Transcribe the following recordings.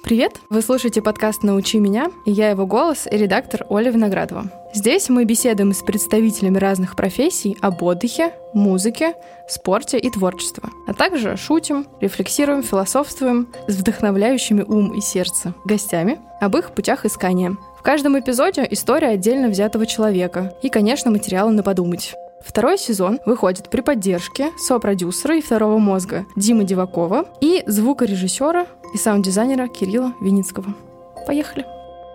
Привет! Вы слушаете подкаст «Научи меня», и я его голос и редактор Оля Виноградова. Здесь мы беседуем с представителями разных профессий об отдыхе, музыке, спорте и творчестве. А также шутим, рефлексируем, философствуем с вдохновляющими ум и сердце гостями об их путях искания. В каждом эпизоде история отдельно взятого человека и, конечно, материалы на подумать. Второй сезон выходит при поддержке сопродюсера и второго мозга Димы Дивакова и звукорежиссера и саунд-дизайнера Кирилла Виницкого. Поехали!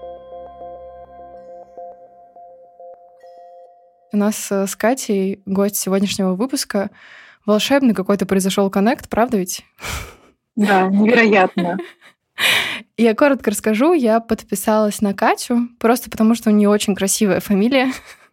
У нас с Катей гость сегодняшнего выпуска. Волшебный какой-то произошел коннект, правда ведь? Да, невероятно. Я коротко расскажу. Я подписалась на Катю просто потому, что у нее очень красивая фамилия.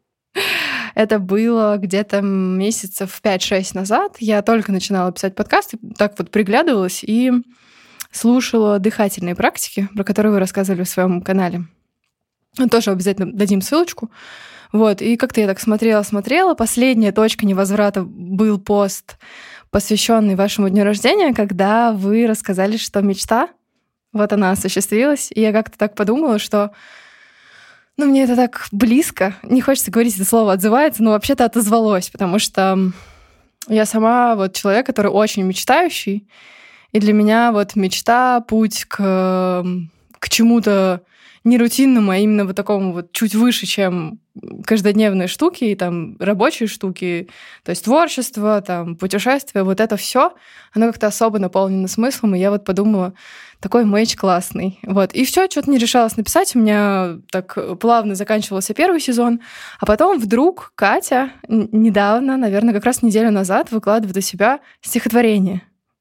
Это было где-то месяцев 5-6 назад. Я только начинала писать подкасты, так вот приглядывалась и слушала дыхательные практики, про которые вы рассказывали в своем канале. Тоже обязательно дадим ссылочку. Вот, и как-то я так смотрела. Последняя точка невозврата был пост, посвященный вашему дню рождения, когда вы рассказали, что мечта, вот она осуществилась. И я как-то так подумала, что мне это так близко. Не хочется говорить это слово «отзывается», но вообще-то отозвалось, потому что я сама вот человек, который очень мечтающий, и для меня вот мечта, путь к чему-то не рутинному, а именно вот такому вот чуть выше, чем каждодневные штуки и там рабочие штуки, то есть творчество, там путешествия, вот это все, оно как-то особо наполнено смыслом, и я вот подумала, такой мэйч классный. Вот. И все, что-то не решалась написать, у меня так плавно заканчивался первый сезон, а потом вдруг Катя недавно, наверное, как раз неделю назад выкладывает у себя стихотворение.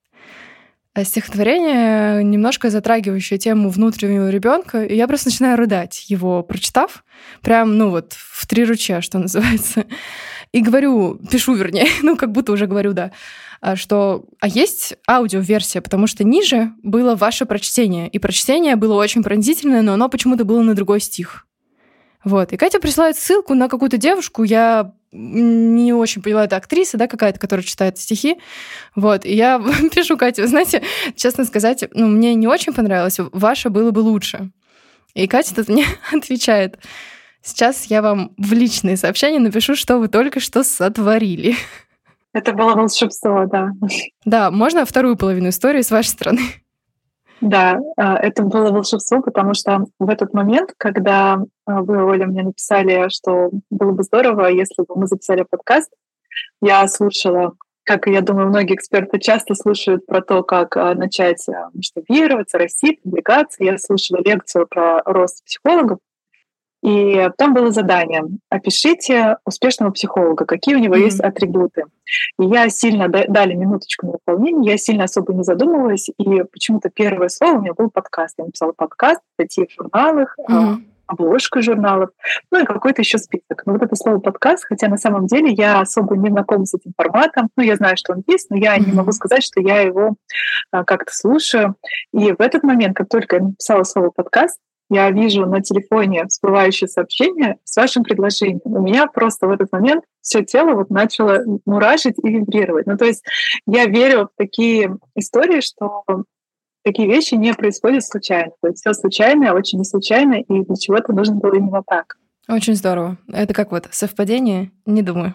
Стихотворение, немножко затрагивающее тему внутреннего ребенка, и я просто начинаю рыдать, его прочитав, прям, в три ручья, что называется. И пишу, вернее, как будто уже говорю, да, что есть аудиоверсия, потому что ниже было ваше прочтение, и прочтение было очень пронзительное, но оно почему-то было на другой стих. Вот. И Катя присылает ссылку на какую-то девушку, я не очень поняла, это актриса, да, какая-то, которая читает стихи. Вот. И я пишу Кате, вы знаете, честно сказать, мне не очень понравилось, ваше было бы лучше. И Катя тут мне отвечает, сейчас я вам в личные сообщения напишу, что вы только что сотворили. Это было волшебство, да. Да, можно вторую половину истории с вашей стороны? Да, это было волшебство, потому что в этот момент, когда вы, Оля, мне написали, что было бы здорово, если бы мы записали подкаст, я слушала, как, я думаю, многие эксперты часто слушают про то, как начать масштабироваться, расти, продвигаться. Я слушала лекцию про рост психологов, и там было задание: опишите успешного психолога, какие у него есть атрибуты. И я сильно, дали минуточку на выполнение, я сильно особо не задумывалась, и почему-то первое слово у меня был подкаст. Я написала подкаст, статьи в журналах, обложку журналов, и какой-то еще список. Но вот это слово «подкаст», хотя на самом деле я особо не знакома с этим форматом, я знаю, что он есть, но я не могу сказать, что я его как-то слушаю. И в этот момент, как только я написала слово «подкаст», я вижу на телефоне всплывающее сообщение с вашим предложением. У меня просто в этот момент все тело начало мурашить и вибрировать. То есть я верю в такие истории, что такие вещи не происходят случайно. То есть все случайно, а очень не случайно, и для чего-то нужно было именно так. Очень здорово. Это как совпадение? Не думаю.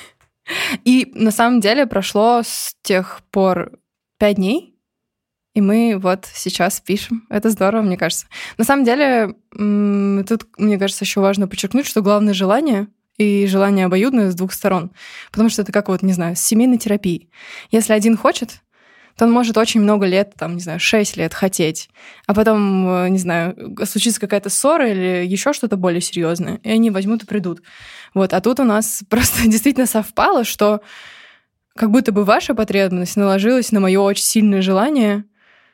И на самом деле прошло с тех пор 5 дней, и мы сейчас пишем. Это здорово, мне кажется. На самом деле, тут, мне кажется, еще важно подчеркнуть, что главное желание, и желание обоюдное с двух сторон. Потому что это как, с семейной терапией. Если один хочет, то он может очень много лет, 6 лет хотеть, а потом, случится какая-то ссора или еще что-то более серьезное, и они возьмут и придут. А тут у нас просто действительно совпало, что как будто бы ваша потребность наложилась на мое очень сильное желание,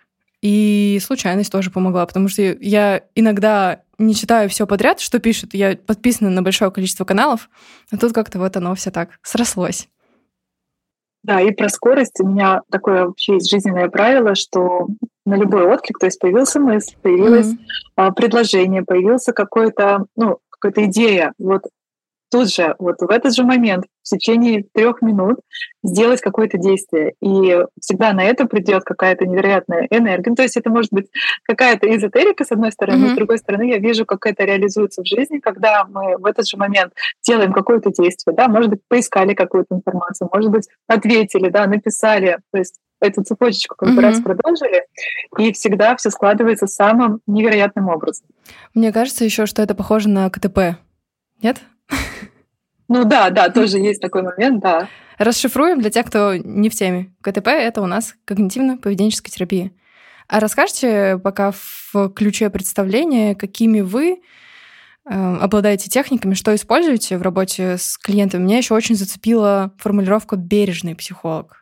и случайность тоже помогла, потому что я иногда не читаю все подряд, что пишут. Я подписана на большое количество каналов, а тут как-то оно все так срослось. Да, и про скорость. У меня такое вообще есть жизненное правило, что на любой отклик, то есть появился мысль, появилось предложение, появился какая-то идея. тут же, вот в этот же момент, в течение 3 минут сделать какое-то действие. И всегда на это придет какая-то невероятная энергия. Ну, то есть это может быть какая-то эзотерика, с одной стороны, но с другой стороны, я вижу, как это реализуется в жизни, когда мы в этот же момент делаем какое-то действие, да, может быть, поискали какую-то информацию, может быть, ответили, да, написали, то есть эту цепочечку как бы раз продолжили, и всегда все складывается самым невероятным образом. Мне кажется еще, что это похоже на КТП. Нет? Ну да, тоже есть такой момент, да. Расшифруем для тех, кто не в теме. КТП — это у нас когнитивно-поведенческая терапия. А расскажите пока в ключе представления, какими вы обладаете техниками, что используете в работе с клиентами. Меня еще очень зацепила формулировка «бережный психолог».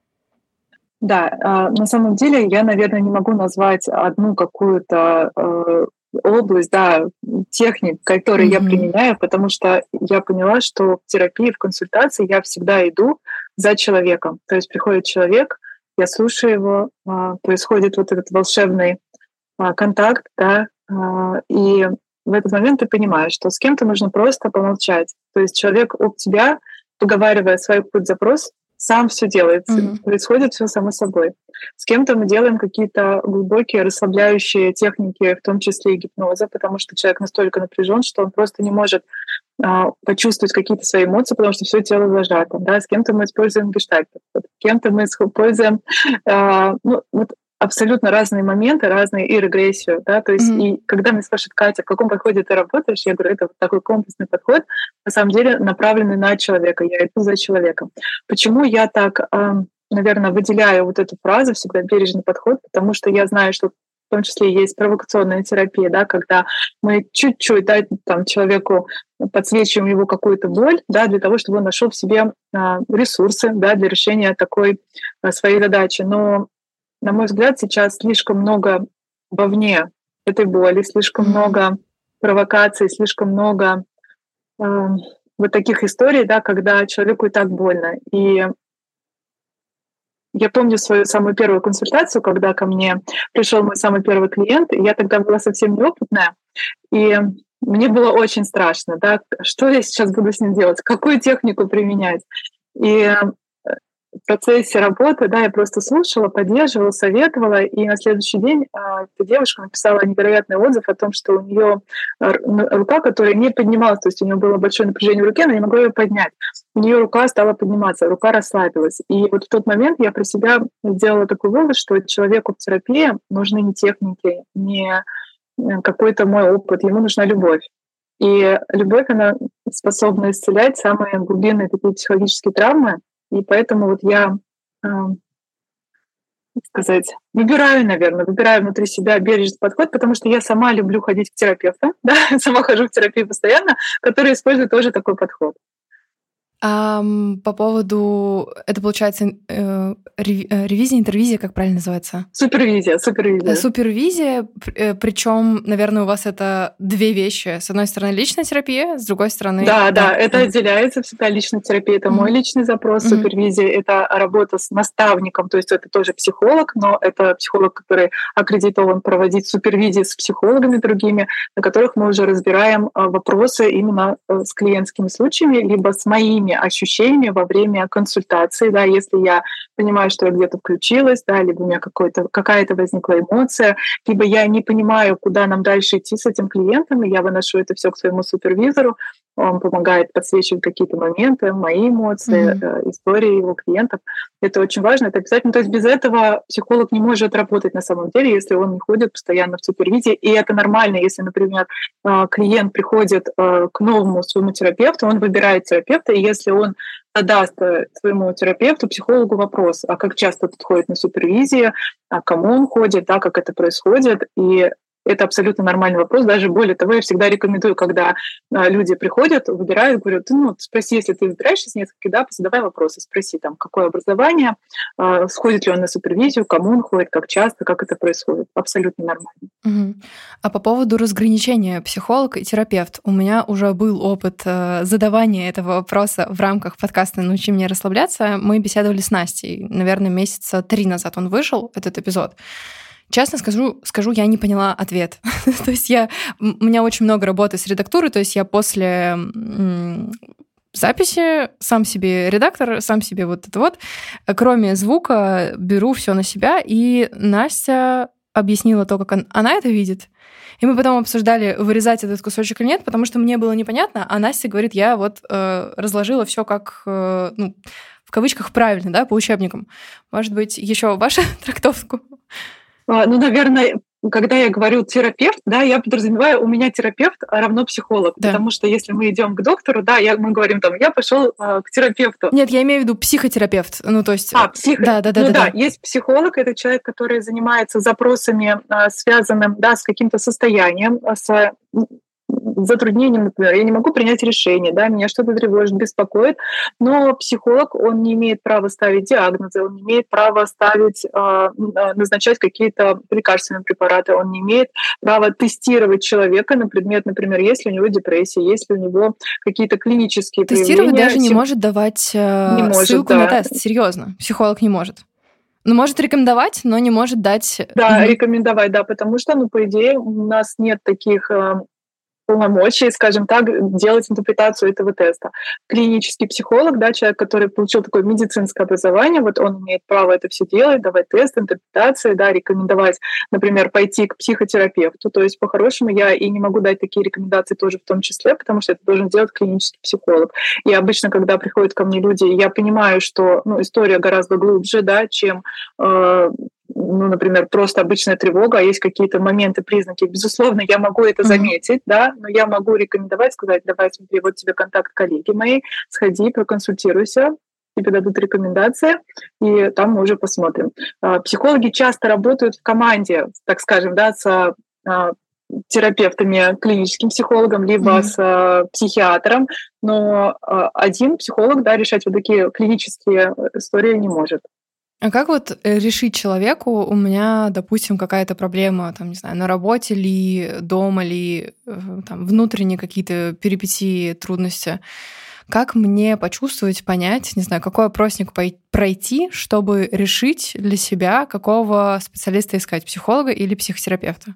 Да, на самом деле я, наверное, не могу назвать одну какую-то область, да, техник, которые я применяю, потому что я поняла, что в терапии, в консультации я всегда иду за человеком. То есть приходит человек, я слушаю его, происходит вот этот волшебный контакт, да, и в этот момент ты понимаешь, что с кем-то нужно просто помолчать. То есть человек об тебя, поговаривая свой путь-запрос, сам все делает, происходит все само собой. С кем-то мы делаем какие-то глубокие расслабляющие техники, в том числе и гипноза, потому что человек настолько напряжен, что он просто не может почувствовать какие-то свои эмоции, потому что все тело зажато. Да? С кем-то мы используем гештальт, с кем-то мы используем абсолютно разные моменты, разные и регрессию, да, то есть и когда меня спрашивают: Катя, в каком подходе ты работаешь, я говорю, это вот такой комплексный подход, на самом деле направленный на человека, я иду за человеком. Почему я так, наверное, выделяю вот эту фразу всегда «бережный подход», потому что я знаю, что в том числе есть провокационная терапия, да, когда мы чуть-чуть, да, там, человеку подсвечиваем его какую-то боль, да, для того, чтобы он нашел в себе ресурсы, да, для решения такой своей задачи. Но на мой взгляд, сейчас слишком много вовне этой боли, слишком много провокаций, слишком много вот таких историй, да, когда человеку и так больно. И я помню свою самую первую консультацию, когда ко мне пришел мой самый первый клиент, и я тогда была совсем неопытная, и мне было очень страшно, да, что я сейчас буду с ним делать, какую технику применять. И в процессе работы, да, я просто слушала, поддерживала, советовала, и на следующий день эта девушка написала невероятный отзыв о том, что у нее рука, которая не поднималась, то есть у нее было большое напряжение в руке, она не могла ее поднять. У нее рука стала подниматься, рука расслабилась. И вот в тот момент я про себя сделала такой вывод, что человеку в терапии нужны не техники, не какой-то мой опыт, ему нужна любовь. И любовь, она способна исцелять самые глубинные такие психологические травмы. И поэтому вот я, выбираю внутри себя бережный подход, потому что я сама люблю ходить к терапевтам, да, сама хожу в терапию постоянно, которые используют тоже такой подход. По поводу, это получается ревизия, интервизия, как правильно называется? Супервизия. Супервизия, причем, наверное, у вас это две вещи. С одной стороны, личная терапия, с другой стороны... Да, это отделяется всегда. Личная терапия — это мой личный запрос. Супервизия — это работа с наставником, то есть это тоже психолог, но это психолог, который аккредитован проводить супервизии с психологами другими, на которых мы уже разбираем вопросы именно с клиентскими случаями, либо с моими ощущениями во время консультации, да, если я понимаю, что я где-то включилась, да, либо у меня какая-то возникла эмоция, либо я не понимаю, куда нам дальше идти с этим клиентом, и я выношу это все к своему супервизору, он помогает подсвечивать какие-то моменты, мои эмоции, истории его клиентов. Это очень важно, это обязательно. То есть без этого психолог не может работать на самом деле, если он не ходит постоянно в супервизии. И это нормально, если, например, клиент приходит к новому своему терапевту, он выбирает терапевта, и если он задаст своему терапевту, психологу вопрос, а как часто тут ходит на супервизии, а кому он ходит, да, как это происходит. И это абсолютно нормальный вопрос. Даже более того, я всегда рекомендую, когда люди приходят, выбирают, говорю, спроси, если ты выбираешь из нескольких, да, задавай вопросы, спроси, там, какое образование, сходит ли он на супервизию, кому он ходит, как часто, как это происходит. Абсолютно нормально. А по поводу разграничения психолог и терапевт. У меня уже был опыт задавания этого вопроса в рамках подкаста «Научи меня расслабляться». Мы беседовали с Настей. Наверное, месяца 3 назад он вышел, этот эпизод. Честно скажу, я не поняла ответ. То есть у меня очень много работы с редактурой, то есть я после записи сам себе редактор, сам себе вот это вот. Кроме звука беру все на себя, и Настя объяснила то, как она это видит. И мы потом обсуждали, вырезать этот кусочек или нет, потому что мне было непонятно, а Настя говорит, я вот разложила все как, в кавычках, правильно, да, по учебникам. Может быть, еще ваша трактовку? Наверное, когда я говорю терапевт, да, я подразумеваю, у меня терапевт равно психолог, да. Потому что если мы идем к доктору, да, мы говорим там, я пошел к терапевту. Нет, я имею в виду психотерапевт, то есть. Да. Есть психолог, это человек, который занимается запросами, связанным, да, с каким-то состоянием, с затруднением, например, я не могу принять решение, да, меня что-то тревожит, беспокоит, но психолог, он не имеет права ставить диагнозы, он не имеет права назначать какие-то лекарственные препараты, он не имеет права тестировать человека на предмет, например, есть ли у него депрессия, есть ли у него какие-то клинические проявления. Тестировать даже не может давать ссылку на тест, серьезно, психолог не может. Может рекомендовать, но не может дать... Да, рекомендовать, да, потому что, по идее, у нас нет таких полномочий, скажем так, делать интерпретацию этого теста. Клинический психолог, да, человек, который получил такое медицинское образование, вот он имеет право это все делать, давать тест, интерпретации, да, рекомендовать, например, пойти к психотерапевту. То есть, по-хорошему, я и не могу дать такие рекомендации тоже в том числе, потому что это должен делать клинический психолог. И обычно, когда приходят ко мне люди, я понимаю, что история гораздо глубже, да, чем например, просто обычная тревога, а есть какие-то моменты, признаки. Безусловно, я могу это заметить, да, но я могу рекомендовать, сказать, давай, смотри, вот тебе контакт коллеги моей, сходи, проконсультируйся, тебе дадут рекомендации, и там мы уже посмотрим. Психологи часто работают в команде, так скажем, да, с терапевтами, клиническим психологом, либо с психиатром, но один психолог, да, решать вот такие клинические истории не может. А как вот решить человеку, у меня, допустим, какая-то проблема, там, не знаю, на работе ли, дома ли, там, внутренние какие-то перипетии, трудности, как мне почувствовать, понять, не знаю, какой опросник пройти, чтобы решить для себя, какого специалиста искать, психолога или психотерапевта?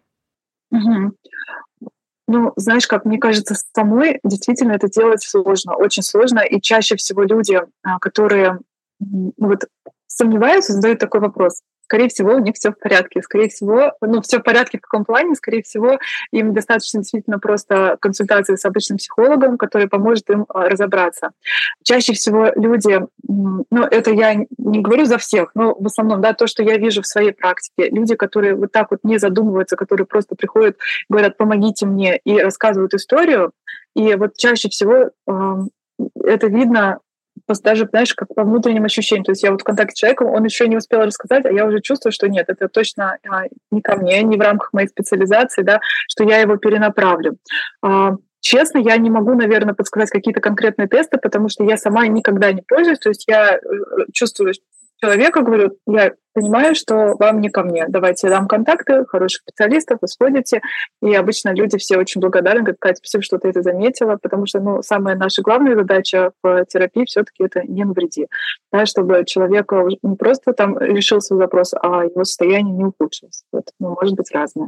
Знаешь, как мне кажется, самой действительно это делать сложно, очень сложно, и чаще всего люди, которые сомневаются, задают такой вопрос. Скорее всего, у них все в порядке. Скорее всего, все в порядке в каком плане? Скорее всего, им достаточно действительно просто консультации с обычным психологом, который поможет им разобраться. Чаще всего люди, это я не говорю за всех, но в основном, да, то, что я вижу в своей практике, люди, которые вот так вот не задумываются, которые просто приходят, говорят, помогите мне, и рассказывают историю, и вот чаще всего это видно даже, знаешь, как по внутренним ощущениям. То есть я вот в контакте с человеком, он еще не успел рассказать, а я уже чувствую, что нет, это точно не ко мне, не в рамках моей специализации, да, что я его перенаправлю. Честно, я не могу, наверное, подсказать какие-то конкретные тесты, потому что я сама никогда не пользуюсь. То есть я чувствую человека, говорю, я понимаю, что вам не ко мне. Давайте я дам контакты хороших специалистов, вы сходите. И обычно люди все очень благодарны, говорят, Катя, спасибо, что ты это заметила, потому что самая наша главная задача в терапии все-таки это не навреди. Да, чтобы человек не просто там решил свой запрос, а его состояние не ухудшилось. Вот, может быть разное.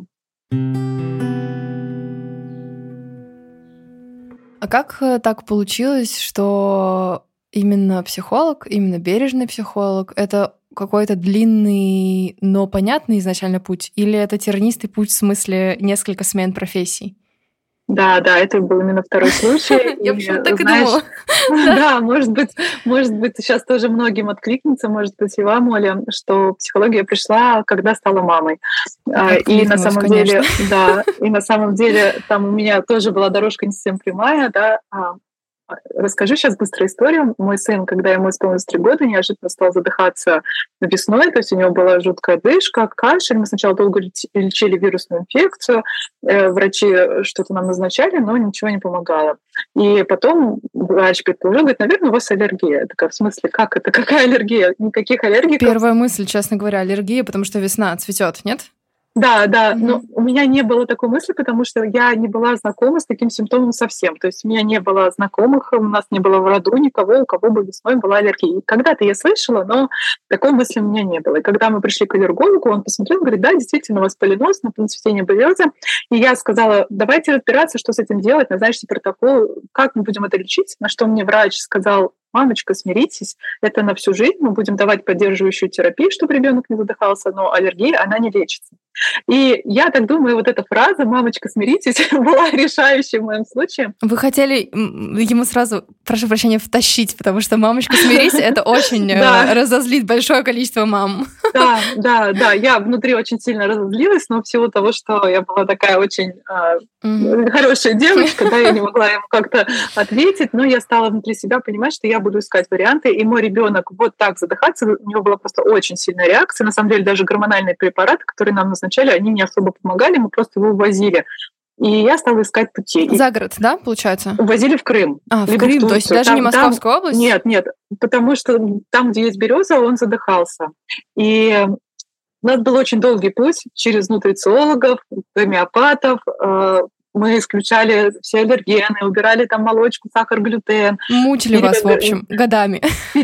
А как так получилось, что именно психолог, именно бережный психолог — это какой-то длинный, но понятный изначально путь? Или это тернистый путь в смысле несколько смен профессий? Да, это был именно второй случай. Я почему-то так и думала. Да, может быть, сейчас тоже многим откликнется, может быть, и вам, Оля, что психология пришла, когда стала мамой. И на самом деле, да, и на самом деле там у меня тоже была дорожка не совсем прямая, да. Расскажу сейчас быстро историю. Мой сын, когда ему исполнилось 3 года, неожиданно стал задыхаться весной, то есть у него была жуткая одышка, кашель. Мы сначала долго лечили вирусную инфекцию, врачи что-то нам назначали, но ничего не помогало. И потом врач предположил, говорит, наверное, у вас аллергия. Я такая, в смысле, как это? Какая аллергия? Никаких аллергий. Первая мысль, честно говоря, аллергия, потому что весна цветет, нет? Да, но у меня не было такой мысли, потому что я не была знакома с таким симптомом совсем. То есть у меня не было знакомых, у нас не было в роду никого, у кого бы весной была аллергия. И когда-то я слышала, но такой мысли у меня не было. И когда мы пришли к аллергологу, он посмотрел, говорит, да, действительно, у вас полинос на цветение березы. И я сказала, давайте разбираться, что с этим делать, назначьте протокол, как мы будем это лечить. На что мне врач сказал, мамочка, смиритесь, это на всю жизнь, мы будем давать поддерживающую терапию, чтобы ребенок не задыхался, но аллергия, она не лечится. И я так думаю, вот эта фраза «мамочка, смиритесь» была решающей в моем случае. Вы хотели ему сразу, прошу прощения, втащить, потому что «мамочка, смирись» — это очень разозлит большое количество мам. Да, я внутри очень сильно разозлилась, но в силу того, что я была такая очень хорошая девочка, да, я не могла ему как-то ответить, но я стала внутри себя понимать, что я буду искать варианты, и мой ребенок вот так задыхаться, у него была просто очень сильная реакция. На самом деле даже гормональные препараты, которые нам назначали, они не особо помогали, мы просто его увозили. И я стала искать пути. За город, да, получается? Увозили в Крым. В Крым, то есть даже не Московская область? Нет, потому что там, где есть береза, он задыхался. И у нас был очень долгий путь через нутрициологов, гомеопатов. Мы исключали все аллергены, убирали там молочку, сахар, глютен. Мучили вас, в общем, годами.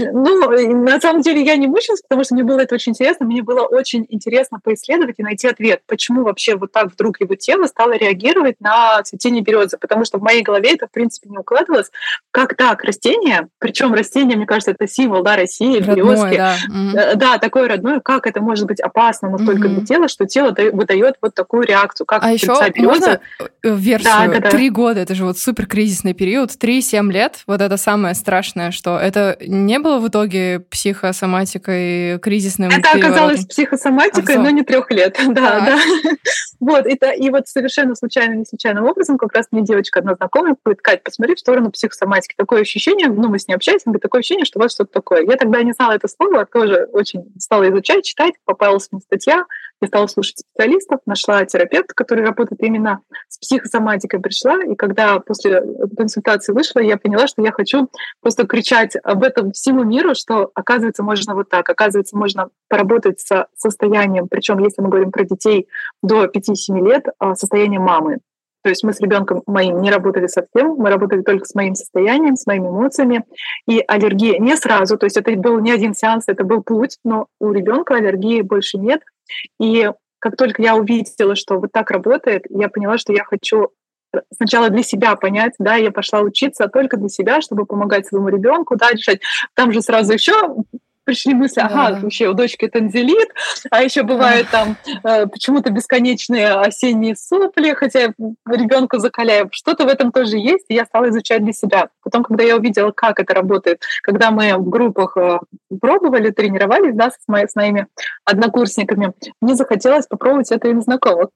Ну, на самом деле я не мучилась, потому что мне было это очень интересно. Мне было очень интересно поисследовать и найти ответ, почему вообще вот так вдруг его тело стало реагировать на цветение березы. Потому что в моей голове это, в принципе, не укладывалось. Как так, растение, причем растение, мне кажется, это символ, да, России, березки. Да, такое родное. Как это может быть опасно настолько для тела, что тело выдает вот такую реакцию? Как еще береза? Версию. 3 года, это же вот супер кризисный период, 3-7 лет, вот это самое страшное, что это не было в итоге психосоматикой, кризисным Это оказалось психосоматикой, но не 3 лет, да. Вот, и вот совершенно не случайным образом как раз мне девочка одна знакомая говорит, Кать, посмотри в сторону психосоматики. Такое ощущение, мы с ней общаемся, говорит, такое ощущение, что у вас что-то такое. Я тогда не знала это слово, тоже очень стала изучать, читать, попалась мне статья, я стала слушать специалистов, нашла терапевта, который работает именно с психосоматикой, пришла, и когда после консультации вышла, я поняла, что я хочу просто кричать об этом всему миру, что, оказывается, можно вот так, оказывается, можно поработать с состоянием, причем, если мы говорим про детей до 5-7 лет, состояние мамы. То есть мы с ребенком моим не работали совсем, мы работали только с моим состоянием, с моими эмоциями. И аллергия не сразу, то есть это был не один сеанс, это был путь, но у ребенка аллергии больше нет. И как только я увидела, что вот так работает, я поняла, что я хочу сначала для себя понять, да, я пошла учиться только для себя, чтобы помогать своему ребенку, да, решать. Там же сразу еще пришли мысли, вообще у дочки танзелит, а еще бывает там почему-то бесконечные осенние сопли, хотя ребенку закаляю. Что-то в этом тоже есть, и я стала изучать для себя. Потом, когда я увидела, как это работает, когда мы в группах пробовали, тренировались, да, с моими однокурсниками, мне захотелось попробовать это и на знакомых.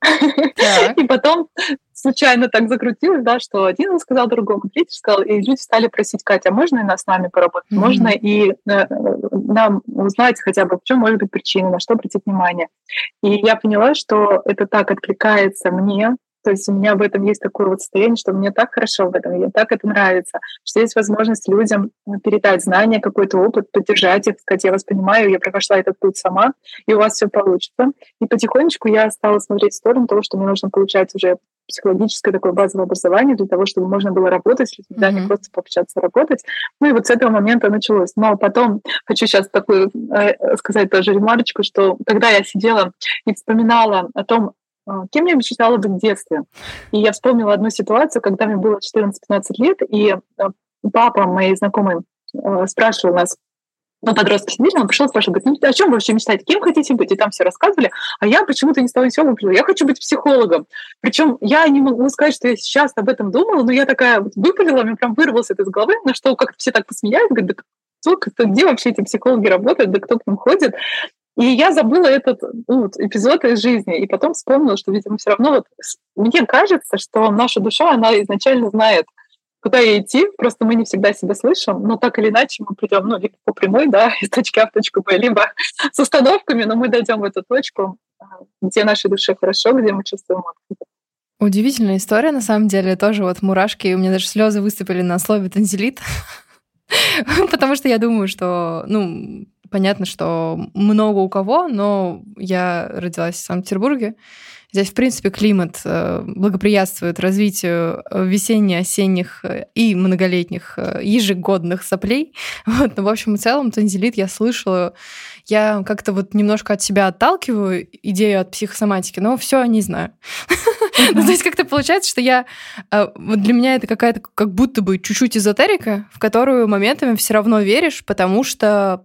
И потом случайно так закрутилось, да, что один сказал другому, третий сказал, и люди стали просить, Катя, а можно и нас с нами поработать? Можно и нам узнать хотя бы, в чем может быть причина, на что обратить внимание. И я поняла, что это так откликается мне, то есть у меня в этом есть такое вот состояние, что мне так хорошо в этом, мне так это нравится, что есть возможность людям передать знания, какой-то опыт, поддержать их, сказать, я вас понимаю, я прошла этот путь сама, и у вас все получится. И потихонечку я стала смотреть в сторону того, что мне нужно получать уже психологическое такое базовое образование для того, чтобы можно было работать с людьми, не просто пообщаться, работать. Ну и вот с этого момента началось. Но потом хочу сейчас такую сказать тоже ремарочку, что когда я сидела и вспоминала о том, кем я мечтала быть в детстве. И я вспомнила одну ситуацию, когда мне было 14-15 лет, и папа моей знакомой спрашивал нас, подростки сидели, он пришел спрашивать, говорит, о чем вы вообще мечтаете, кем хотите быть? И там все рассказывали, а я почему-то ни с того ни с сего говорила, я хочу быть психологом. Причем я не могу сказать, что я сейчас об этом думала, но я такая вот выпалила, мне прям вырвалось это из головы, на что как-то все так посмеялись, говорят, да где вообще эти психологи работают, да кто к ним ходит? И я забыла этот эпизод из жизни, и потом вспомнила, что, видимо, все равно мне кажется, что наша душа, она изначально знает, куда ей идти, просто мы не всегда себя слышим, но так или иначе мы придем, либо по прямой, да, из точки А в точку Б, либо с остановками, но мы дойдем в эту точку, где нашей душе хорошо, где мы чувствуем отклик. Удивительная история, на самом деле, тоже вот мурашки, у меня даже слезы выступили на слове танзелит, потому что я думаю, что, понятно, что много у кого, но я родилась в Санкт-Петербурге. Здесь, в принципе, климат благоприятствует развитию весенне-осенних и многолетних ежегодных соплей. Вот. Но, в общем и целом, тонзиллит я слышала. Я как-то вот немножко от себя отталкиваю идею от психосоматики, но все не знаю. То есть как-то получается, что для меня это какая-то как будто бы чуть-чуть эзотерика, в которую моментами все равно веришь, потому что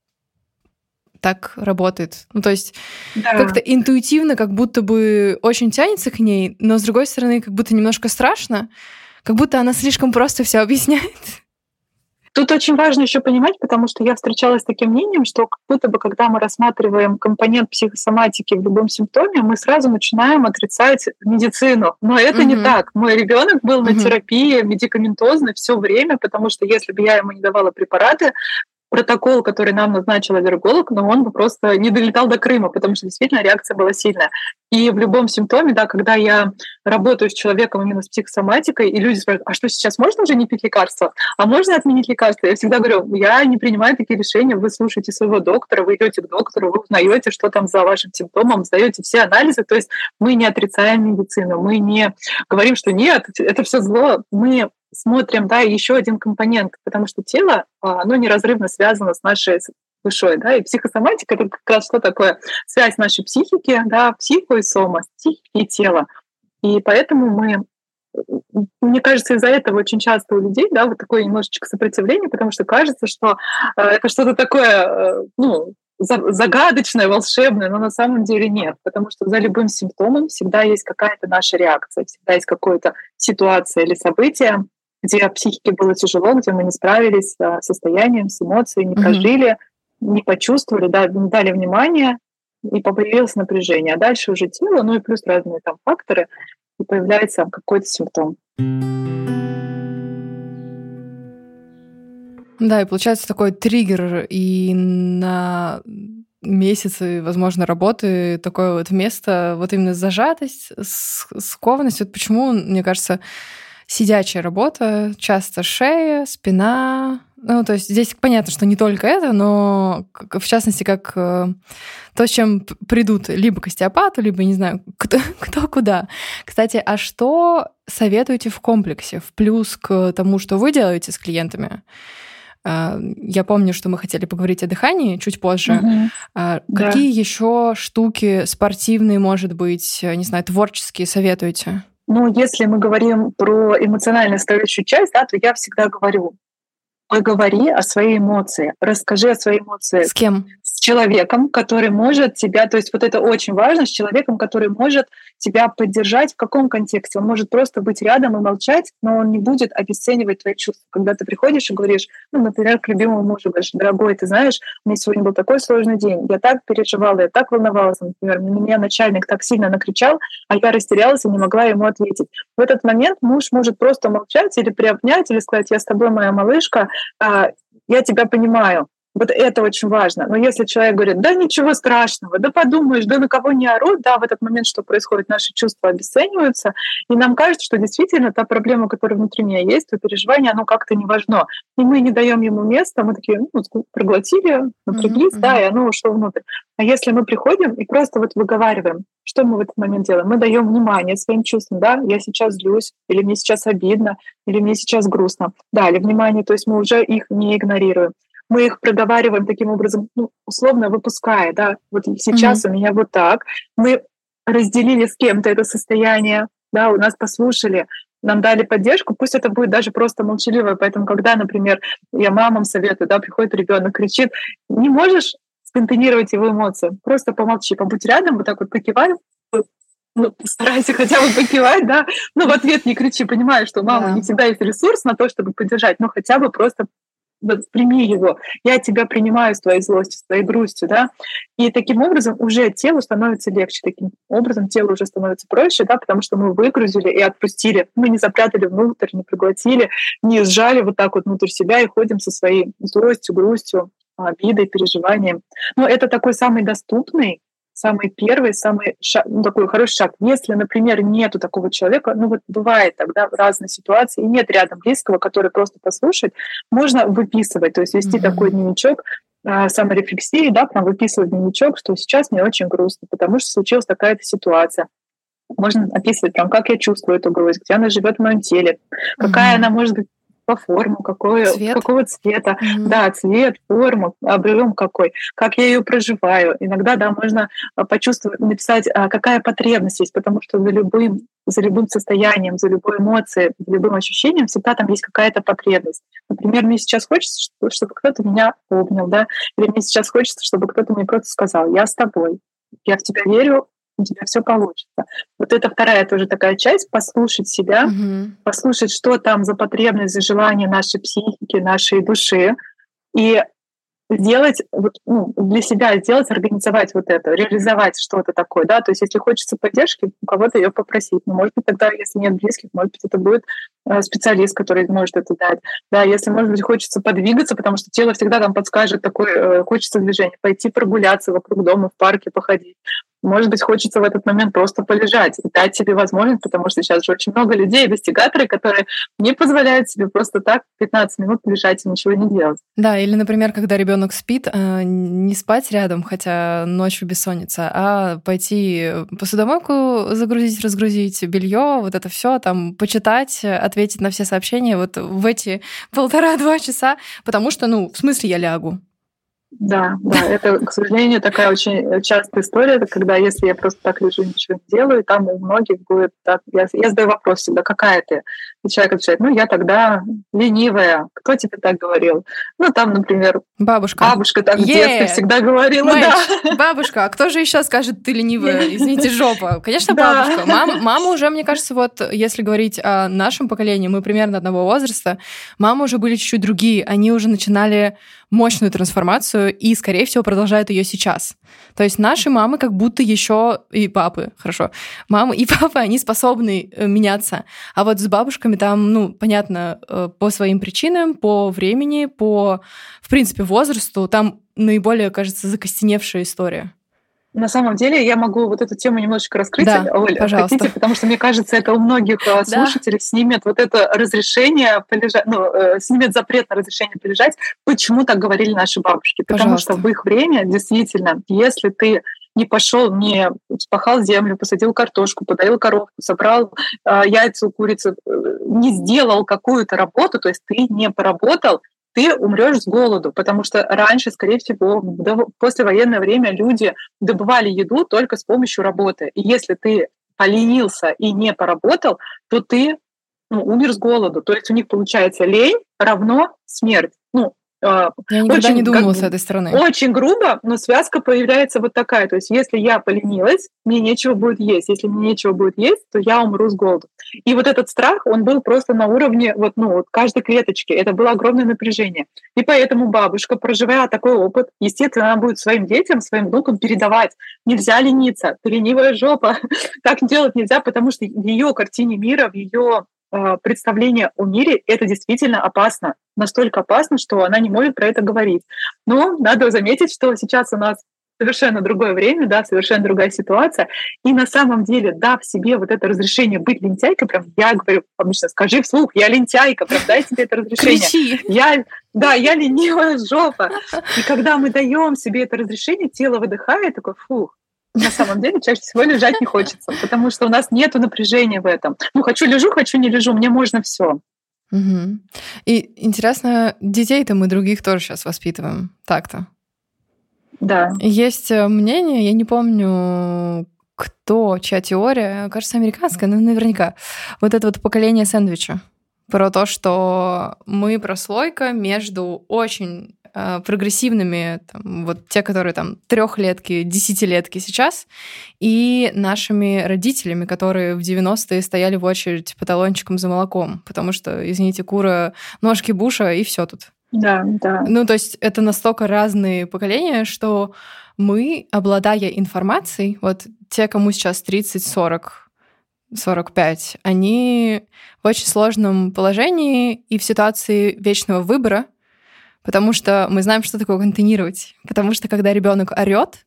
так работает. Ну, то есть как-то интуитивно, как будто бы очень тянется к ней, но, с другой стороны, как будто немножко страшно, как будто она слишком просто все объясняет. Тут очень важно еще понимать, потому что я встречалась с таким мнением, что как будто бы, когда мы рассматриваем компонент психосоматики в любом симптоме, мы сразу начинаем отрицать медицину. Но это не так. Мой ребенок был на терапии медикаментозной все время, потому что если бы я ему не давала препараты, протокол, который нам назначил аллерголог, но он бы просто не долетал до Крыма, потому что действительно реакция была сильная. И в любом симптоме, да, когда я работаю с человеком именно с психосоматикой, и люди спрашивают, а что сейчас, можно уже не пить лекарства? А можно отменить лекарства? Я всегда говорю, я не принимаю такие решения, вы слушаете своего доктора, вы идете к доктору, вы узнаете, что там за вашим симптомом, сдаете все анализы, то есть мы не отрицаем медицину, мы не говорим, что нет, это все зло, мы смотрим, да, еще один компонент, потому что тело, оно неразрывно связано с нашей душой, да, и психосоматика — это как раз что такое? Связь нашей психики, да, психо и сома, психики и тела. И поэтому мне кажется, из-за этого очень часто у людей, да, вот такое немножечко сопротивление, потому что кажется, что это что-то такое, загадочное, волшебное, но на самом деле нет, потому что за любым симптомом всегда есть какая-то наша реакция, всегда есть какая-то ситуация или событие, где психике было тяжело, где мы не справились с состоянием, с эмоцией, не прожили, не почувствовали, да, не дали внимания, и появилось напряжение. А дальше уже тело, ну и плюс разные там факторы, и появляется какой-то симптом. Да, и получается такой триггер и на месяцы, возможно, работы, такое вот место, вот именно зажатость, скованность. Вот почему, мне кажется, сидячая работа, часто шея, спина. Ну, то есть здесь понятно, что не только это, но в частности, как то, с чем придут либо к остеопату, либо, не знаю, кто куда. Кстати, а что советуете в комплексе, в плюс к тому, что вы делаете с клиентами? Я помню, что мы хотели поговорить о дыхании чуть позже. Какие еще штуки спортивные, может быть, не знаю, творческие советуете? Ну, если мы говорим про эмоционально составляющую часть, да, то я всегда говорю, поговори о своей эмоции, расскажи о своей эмоции. С кем? С человеком, который может тебя, то есть вот это очень важно, с человеком, который может тебя поддержать. В каком контексте? Он может просто быть рядом и молчать, но он не будет обесценивать твои чувства. Когда ты приходишь и говоришь, ну, например, к любимому мужу, говоришь, дорогой, ты знаешь, у меня сегодня был такой сложный день, я так переживала, я так волновалась, например, на меня начальник так сильно накричал, а я растерялась и не могла ему ответить. В этот момент муж может просто молчать или приобнять, или сказать, я с тобой, моя малышка, я тебя понимаю. Вот это очень важно. Но если человек говорит, да ничего страшного, да подумаешь, да на кого не орут, да, в этот момент что происходит, наши чувства обесцениваются, и нам кажется, что действительно та проблема, которая внутри меня есть, то переживание, оно как-то не важно. И мы не даем ему места, мы такие, проглотили, напряглись, да, и оно ушло внутрь. А если мы приходим и просто вот выговариваем, что мы в этот момент делаем? Мы даем внимание своим чувствам, да, я сейчас злюсь, или мне сейчас обидно, или мне сейчас грустно. Дали внимание, то есть мы уже их не игнорируем. Мы их проговариваем таким образом, условно выпуская, да, вот сейчас у меня вот так. Мы разделили с кем-то это состояние, да, у нас послушали, нам дали поддержку, пусть это будет даже просто молчаливое. Поэтому, когда, например, я мамам советую, да, приходит ребенок, кричит, не можешь спонтанировать его эмоции, просто помолчи, побудь рядом, вот так вот покивай, старайся хотя бы покивать, да, в ответ не кричи, понимаю, что мама не всегда есть ресурс на то, чтобы поддержать, но хотя бы просто прими его, я тебя принимаю с твоей злостью, с твоей грустью, да, и таким образом уже телу становится легче, таким образом телу уже становится проще, да, потому что мы выгрузили и отпустили, мы не запрятали внутрь, не проглотили, не сжали вот так вот внутрь себя и ходим со своей злостью, грустью, обидой, переживанием. Но это такой самый доступный, самый первый, самый такой хороший шаг. Если, например, нету такого человека, бывает тогда разные ситуации, и нет рядом близкого, который просто послушает, можно выписывать, то есть вести такой дневничок. саморефлексии, да, прям выписывать дневничок, что сейчас мне очень грустно, потому что случилась такая-то ситуация. Можно описывать прям, как я чувствую эту грусть, где она живет в моем теле, какая она может быть по форме, какого цвета, да, цвет, форму, объем какой, как я ее проживаю. Иногда, да, можно почувствовать, написать, какая потребность есть, потому что за любым состоянием, за любой эмоцией, за любым ощущением всегда там есть какая-то потребность. Например, мне сейчас хочется, чтобы кто-то меня обнял, да, или мне сейчас хочется, чтобы кто-то мне просто сказал: я с тобой, я в тебя верю, у тебя все получится. Вот это вторая тоже такая часть — послушать себя, послушать, что там за потребность, за желание нашей психики, нашей души, и сделать для себя, организовать вот это, реализовать что-то такое, да, то есть если хочется поддержки, у кого-то ее попросить, но, может быть, тогда, если нет близких, может быть, это будет специалист, который может это дать, да, если, может быть, хочется подвигаться, потому что тело всегда там подскажет, хочется движения, пойти прогуляться вокруг дома, в парке походить, может быть, хочется в этот момент просто полежать и дать себе возможность, потому что сейчас же очень много людей, достигаторы, которые не позволяют себе просто так 15 минут лежать и ничего не делать. Да, или, например, когда ребенок спит, не спать рядом, хотя ночью бессонница, а пойти посудомойку загрузить, разгрузить, белье, вот это все, там почитать, ответить на все сообщения вот в эти 1,5-2 часа, потому что, в смысле я лягу? Да, это, к сожалению, такая очень частая история, это когда, если я просто так лежу, ничего не делаю, там у многих будет так. Я задаю вопрос всегда: какая ты? И человек отвечает: я тогда ленивая. Кто тебе так говорил? Там, например, бабушка так в детстве всегда говорила. Да. Бабушка, а кто же еще скажет: ты ленивая, извините, жопа? Конечно, бабушка. Мама уже, мне кажется, вот если говорить о нашем поколении, мы примерно одного возраста, мамы уже были чуть-чуть другие, они уже начинали мощную трансформацию и, скорее всего, продолжают ее сейчас. То есть наши мамы как будто еще и папы, хорошо, мамы и папы, они способны меняться. А вот с бабушками там, понятно, по своим причинам, по времени, в принципе, возрасту, там наиболее, кажется, закостеневшая история. На самом деле я могу вот эту тему немножечко раскрыть, да, Оль, пожалуйста. хотите, потому что, мне кажется, это у многих слушателей снимет вот это разрешение полежать, снимет запрет на разрешение полежать. Почему так говорили наши бабушки? Потому что в их время, действительно, если ты не пошел, не спахал землю, посадил картошку, подоил коровку, собрал яйца у курицы, не сделал какую-то работу, то есть ты не поработал, ты умрешь с голоду, потому что раньше, скорее всего, в послевоенное время люди добывали еду только с помощью работы. И если ты поленился и не поработал, то ты умер с голоду. То есть у них получается лень равно смерть. Я никогда не думала с этой стороны. Очень грубо, но связка появляется вот такая. То есть если я поленилась, мне нечего будет есть. Если мне нечего будет есть, то я умру с голоду. И вот этот страх, он был просто на уровне каждой клеточки. Это было огромное напряжение. И поэтому бабушка, проживая такой опыт, естественно, она будет своим детям, своим внукам передавать: нельзя лениться, ты ленивая жопа. Так делать нельзя, потому что в ее картине мира, в ее представление о мире это действительно опасно. Настолько опасно, что она не может про это говорить. Но надо заметить, что сейчас у нас совершенно другое время, да, совершенно другая ситуация. И на самом деле, дав себе вот это разрешение быть лентяйкой, прям я говорю обычно: скажи вслух: я лентяйка, прям дай себе это разрешение. Кричи. Я ленивая жопа. И когда мы даем себе это разрешение, тело выдыхает, такой: фух. На самом деле чаще всего лежать не хочется, потому что у нас нет напряжения в этом. Хочу лежу, хочу не лежу, мне можно все. Угу. И интересно, детей-то мы других тоже сейчас воспитываем так-то. Да. Есть мнение, я не помню, чья теория, кажется, американская, но наверняка. Вот это вот поколение сэндвича. Про то, что мы прослойка между очень прогрессивными, вот те, которые 3-летки, 10-летки сейчас, и нашими родителями, которые в 90-е стояли в очередь по талончикам за молоком, потому что, извините, кура, ножки Буша, и все тут. Да. То есть это настолько разные поколения, что мы, обладая информацией, вот те, кому сейчас 30, 40, 45, они в очень сложном положении и в ситуации вечного выбора, потому что мы знаем, что такое контейнировать. Потому что когда ребенок орет,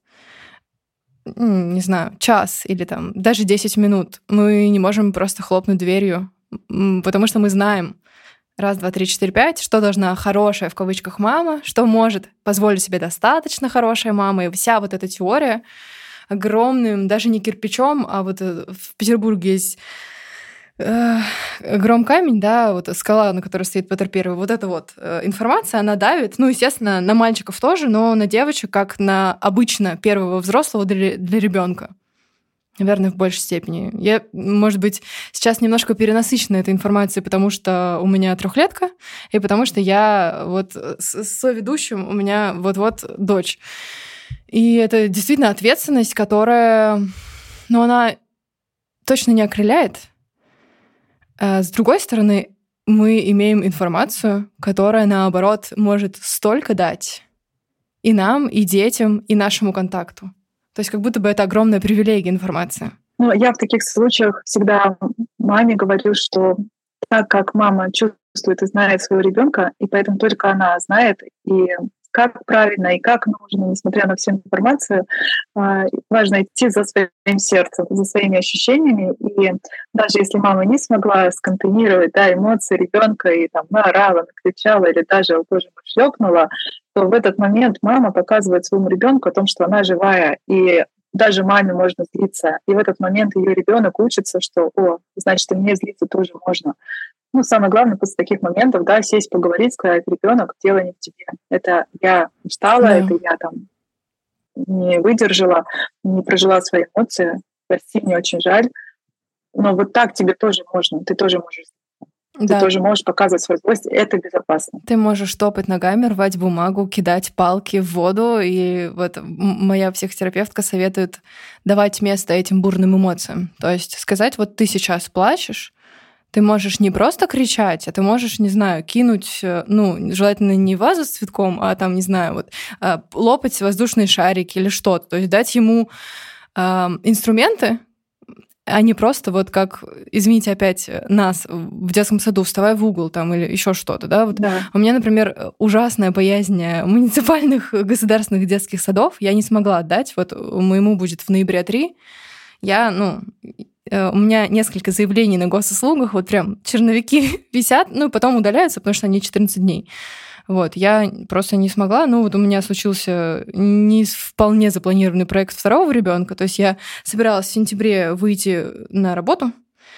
не знаю, час или даже 10 минут, мы не можем просто хлопнуть дверью, потому что мы знаем, Раз, два, три, четыре, пять. Что должна хорошая, в кавычках, мама? Что может позволить себе достаточно хорошая мама? И вся вот эта теория огромным, даже не кирпичом, а вот в Петербурге есть гром-камень, да, вот скала, на которой стоит Петр Первый. Вот эта вот информация, она давит. Ну, естественно, на мальчиков тоже, но на девочек, как на обычно первого взрослого для ребенка. Наверное, в большей степени. Я, может быть, сейчас немножко перенасыщена этой информацией, потому что у меня трехлетка, и потому что я вот с соведущим, у меня вот-вот дочь. И это действительно ответственность, которая, ну, она точно не окрыляет. А с другой стороны, мы имеем информацию, которая, наоборот, может столько дать и нам, и детям, и нашему контакту. То есть как будто бы это огромная привилегия информация. Ну, я в таких случаях всегда маме говорю, что так как мама чувствует и знает своего ребенка, и поэтому только она знает, и как правильно, и как нужно, несмотря на всю информацию, важно идти за своим сердцем, за своими ощущениями. И даже если мама не смогла сконтейнировать, да, эмоции ребенка и там наорала, накричала или даже, боже мой, шлепнула, то в этот момент мама показывает своему ребенку о том, что она живая, и даже маме можно злиться. И в этот момент ее ребенок учится, что, значит, и мне злиться тоже можно. Ну, самое главное после таких моментов, да, сесть, поговорить, сказать: ребенок, дело не в тебе. Это я устала, это я там не выдержала, не прожила свои эмоции. Прости, мне очень жаль. Но вот так тебе тоже можно. Ты тоже можешь. Ты тоже можешь показывать свою злость, это безопасно. Ты можешь топать ногами, рвать бумагу, кидать палки в воду. И вот моя психотерапевтка советует давать место этим бурным эмоциям. То есть сказать: вот ты сейчас плачешь, ты можешь не просто кричать, а ты можешь, не знаю, кинуть, ну, желательно не вазу с цветком, а там, не знаю, вот лопать воздушные шарики или что-то. То есть дать ему инструменты, а не просто вот как, извините, опять нас в детском саду, вставай в угол там или еще что-то, да? Вот да. У меня, например, ужасная боязнь муниципальных государственных детских садов. Я не смогла отдать. Вот моему будет в ноябре 3. У меня несколько заявлений на госуслугах, вот прям черновики висят, ну, потом удаляются, потому что они 14 дней. Вот, я просто не смогла. Ну, вот у меня случился не вполне запланированный проект второго ребенка. То есть я собиралась в сентябре выйти на работу.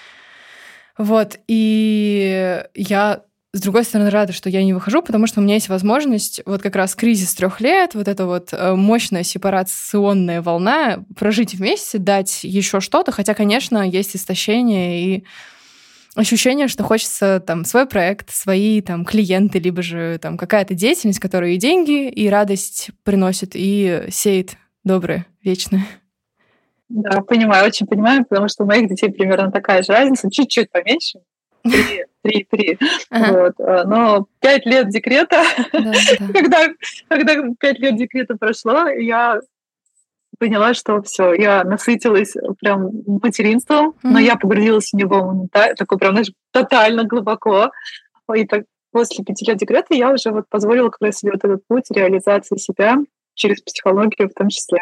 Вот, и я, с другой стороны, рада, что я не выхожу, потому что у меня есть возможность вот как раз кризис 3 лет, вот эта вот мощная сепарационная волна, прожить вместе, дать еще что-то. Хотя, конечно, есть истощение и ощущение, что хочется там свой проект, свои там клиенты, либо же там какая-то деятельность, которая и деньги, и радость приносит, и сеет доброе, вечное. Да, понимаю, очень понимаю, потому что у моих детей примерно такая же разница, чуть-чуть поменьше. 3. Вот. Но 5 лет декрета, когда 5 лет декрета прошло, я поняла, что все, я насытилась прям материнством, но я погрузилась в него такой прям, знаешь, тотально глубоко. И так после 5 лет декрета я уже вот позволила как раз себе вот этот путь реализации себя через психологию в том числе.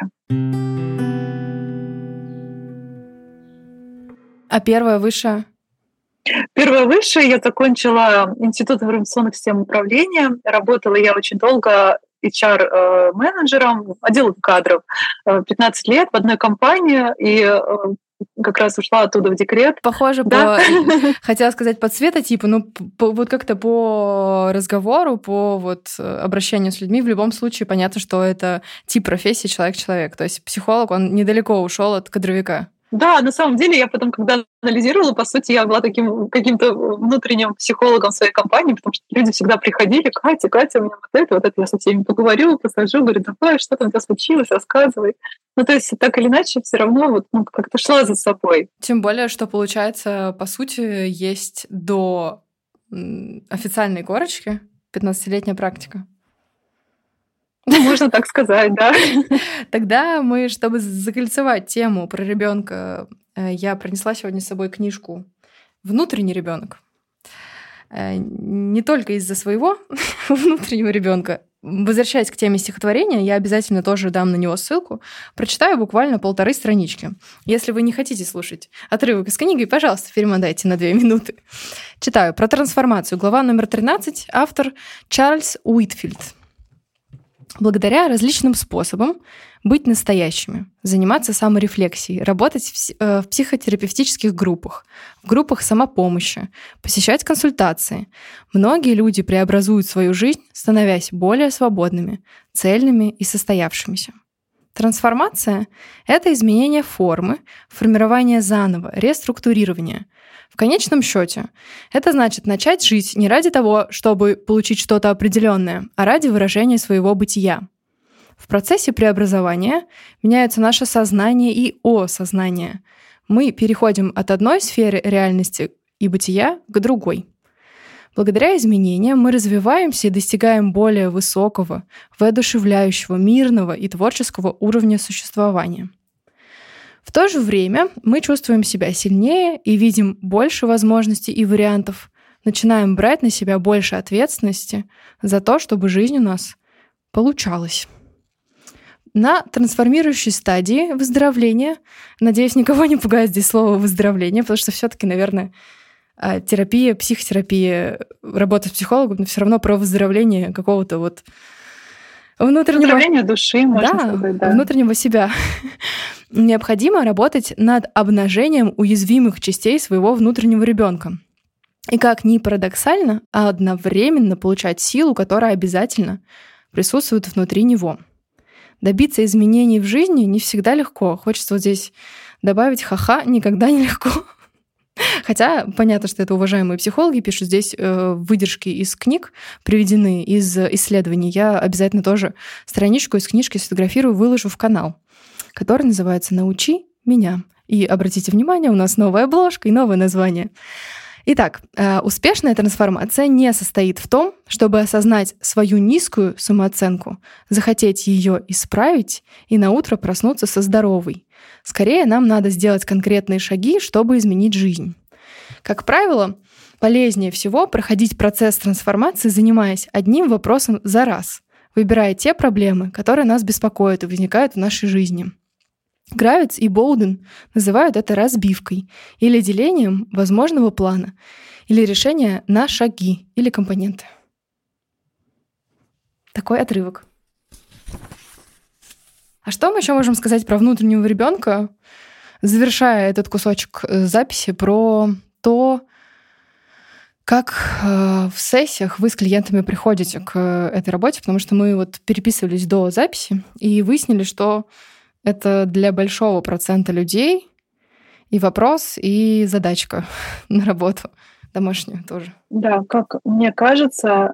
А первое высшее? Первое высшее я закончила Институт информационных систем управления. Работала я очень долго HR-менеджером, отделом кадров, 15 лет в одной компании, и как раз ушла оттуда в декрет. Похоже, да? Хотела сказать по цветотипу, но вот как-то по разговору, по вот обращению с людьми в любом случае понятно, что это тип профессии человек-человек. То есть психолог, он недалеко ушел от кадровика. Да, на самом деле я потом, когда анализировала, по сути, я была таким каким-то внутренним психологом своей компании, потому что люди всегда приходили: Катя, у меня вот это, я со всеми поговорю, посажу, говорю: давай, что там у тебя случилось, рассказывай. Ну, то есть так или иначе все равно вот, как-то шла за собой. Тем более, что получается, по сути, есть до официальной корочки 15-летняя практика. Можно так сказать, да. Тогда мы, чтобы закольцевать тему про ребенка, я принесла сегодня с собой книжку «Внутренний ребенок». Не только из-за своего внутреннего ребенка, возвращаясь к теме стихотворения, я обязательно тоже дам на него ссылку. Прочитаю буквально 1,5 странички. Если вы не хотите слушать отрывок из книги, пожалуйста, перемотайте на 2 минуты. Читаю. Про трансформацию. Глава номер 13. Автор Чарльз Уитфилд. Благодаря различным способам быть настоящими, заниматься саморефлексией, работать в психотерапевтических группах, в группах самопомощи, посещать консультации, многие люди преобразуют свою жизнь, становясь более свободными, цельными и состоявшимися. Трансформация — это изменение формы, формирование заново, реструктурирование. В конечном счете, это значит начать жить не ради того, чтобы получить что-то определенное, а ради выражения своего бытия. В процессе преобразования меняется наше сознание и осознание. Мы переходим от одной сферы реальности и бытия к другой. Благодаря изменениям мы развиваемся и достигаем более высокого, воодушевляющего, мирного и творческого уровня существования. В то же время мы чувствуем себя сильнее и видим больше возможностей и вариантов, начинаем брать на себя больше ответственности за то, чтобы жизнь у нас получалась. На трансформирующей стадии выздоровления, надеюсь, никого не пугает здесь слово «выздоровление», потому что все-таки, наверное, терапия, психотерапия, работа с психологом, но все равно про выздоровление какого-то вот внутреннего... Выздоровление души, можно сказать, да. Внутреннего себя. Необходимо работать над обнажением уязвимых частей своего внутреннего ребенка. И как ни парадоксально, а одновременно получать силу, которая обязательно присутствует внутри него. Добиться изменений в жизни не всегда легко. Хочется вот здесь добавить «ха-ха, никогда не легко». Хотя понятно, что это уважаемые психологи пишут. Здесь выдержки из книг приведены, из исследований. Я обязательно тоже страничку из книжки сфотографирую, выложу в канал, который называется «Научи меня». И обратите внимание, у нас новая обложка и новое название. Итак, успешная трансформация не состоит в том, чтобы осознать свою низкую самооценку, захотеть ее исправить и наутро проснуться со здоровой. Скорее, нам надо сделать конкретные шаги, чтобы изменить жизнь. Как правило, полезнее всего проходить процесс трансформации, занимаясь одним вопросом за раз, выбирая те проблемы, которые нас беспокоят и возникают в нашей жизни. Гравиц и Боуден называют это разбивкой или делением возможного плана или решения на шаги или компоненты. Такой отрывок. А что мы еще можем сказать про внутреннего ребенка, завершая этот кусочек записи, про то, как в сессиях вы с клиентами приходите к этой работе, потому что мы вот переписывались до записи и выяснили, что это для большого процента людей и вопрос, и задачка на работу домашнюю тоже. Да, как мне кажется,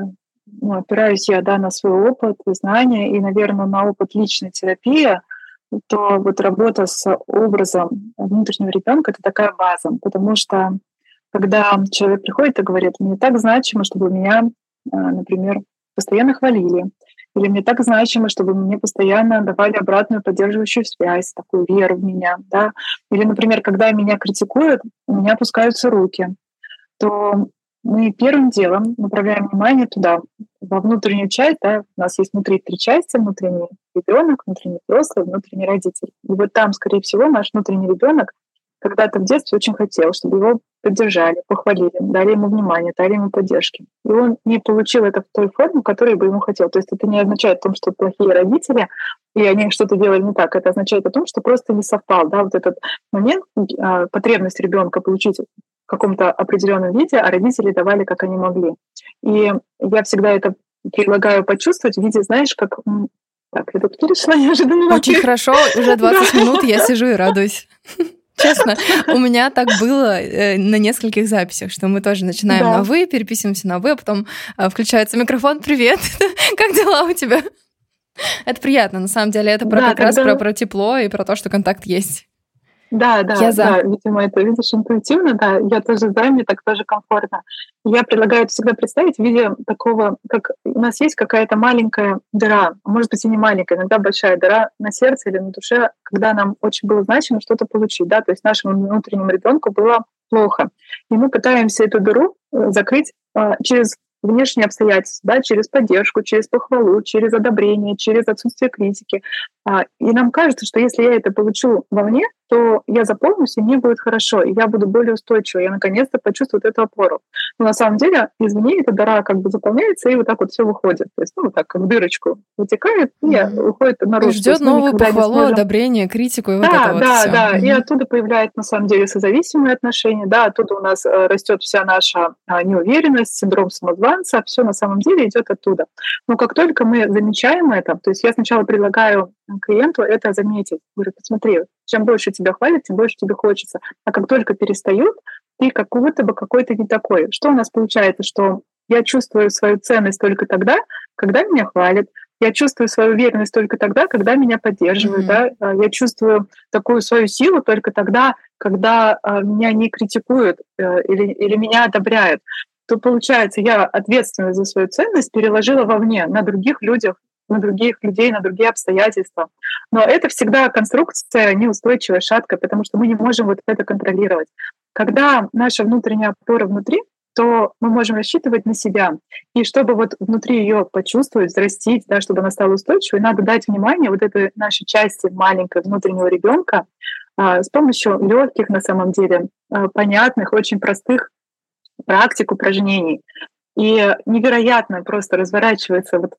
опираюсь я на свой опыт, знания и, наверное, на опыт личной терапии, то вот работа с образом внутреннего ребенка — это такая база, потому что когда человек приходит и говорит: «Мне так значимо, чтобы меня, например, постоянно хвалили», или «мне так значимо, чтобы мне постоянно давали обратную поддерживающую связь, такую веру в меня», да? Или, например, когда меня критикуют, у меня опускаются руки, то мы первым делом направляем внимание туда, во внутреннюю часть, да, у нас есть внутри 3 части: внутренний ребенок, внутренний взрослый, внутренний родитель. И вот там, скорее всего, наш внутренний ребенок когда-то в детстве очень хотел, чтобы его поддержали, похвалили, дали ему внимание, дали ему поддержки. И он не получил это в той форме, в которой бы ему хотел. То есть это не означает о том, что плохие родители, и они что-то делали не так. Это означает о том, что просто не совпал, да, вот этот момент, потребность ребенка получить в каком-то определенном виде, а родители давали, как они могли. И я всегда это предлагаю почувствовать в виде, знаешь, как... Так, я тут перешла неожиданно. Очень хорошо, уже 20 минут я сижу и радуюсь. Честно, у меня так было на нескольких записях, что мы тоже начинаем на «вы», переписываемся на «вы», а потом включается микрофон: «Привет, как дела у тебя?» Это приятно, на самом деле, это как раз про тепло и про то, что контакт есть. Да, видимо, это видишь интуитивно, да, я тоже за, мне так тоже комфортно. Я предлагаю это всегда представить в виде такого, как у нас есть какая-то маленькая дыра, может быть, и не маленькая, иногда большая дыра на сердце или на душе, когда нам очень было значимо что-то получить, да, то есть нашему внутреннему ребенку было плохо. И мы пытаемся эту дыру закрыть через внешние обстоятельства, да, через поддержку, через похвалу, через одобрение, через отсутствие критики. И нам кажется, что если я это получу вовне, то я заполнюсь, и мне будет хорошо, и я буду более устойчивой, я наконец-то почувствую вот эту опору. Но на самом деле извне эта дыра как бы заполняется, и вот так вот все выходит. То есть, вот так, как дырочку вытекает, и уходит наружу. Ждет новую похвалу, одобрение, критику, и вот это вот всё. Да. И оттуда появляется, на самом деле, созависимые отношения, да, оттуда у нас растет вся наша неуверенность, синдром самозванца, все на самом деле идет оттуда. Но как только мы замечаем это, то есть я сначала предлагаю клиенту это заметить. Говорю, посмотри, чем больше тебя хвалят, тем больше тебе хочется. А как только перестают, ты как будто бы какой-то не такой. Что у нас получается? Что я чувствую свою ценность только тогда, когда меня хвалят. Я чувствую свою уверенность только тогда, когда меня поддерживают. Да? Я чувствую такую свою силу только тогда, когда меня не критикуют или меня одобряют. То получается, я ответственность за свою ценность переложила вовне, на других людях, на других людей, на другие обстоятельства. Но это всегда конструкция неустойчивая, шаткая, потому что мы не можем вот это контролировать. Когда наша внутренняя опора внутри, то мы можем рассчитывать на себя. И чтобы вот внутри ее почувствовать, взрастить, да, чтобы она стала устойчивой, надо дать внимание вот этой нашей части маленькой внутреннего ребенка с помощью легких, на самом деле, понятных, очень простых практик, упражнений. И невероятно просто разворачивается вот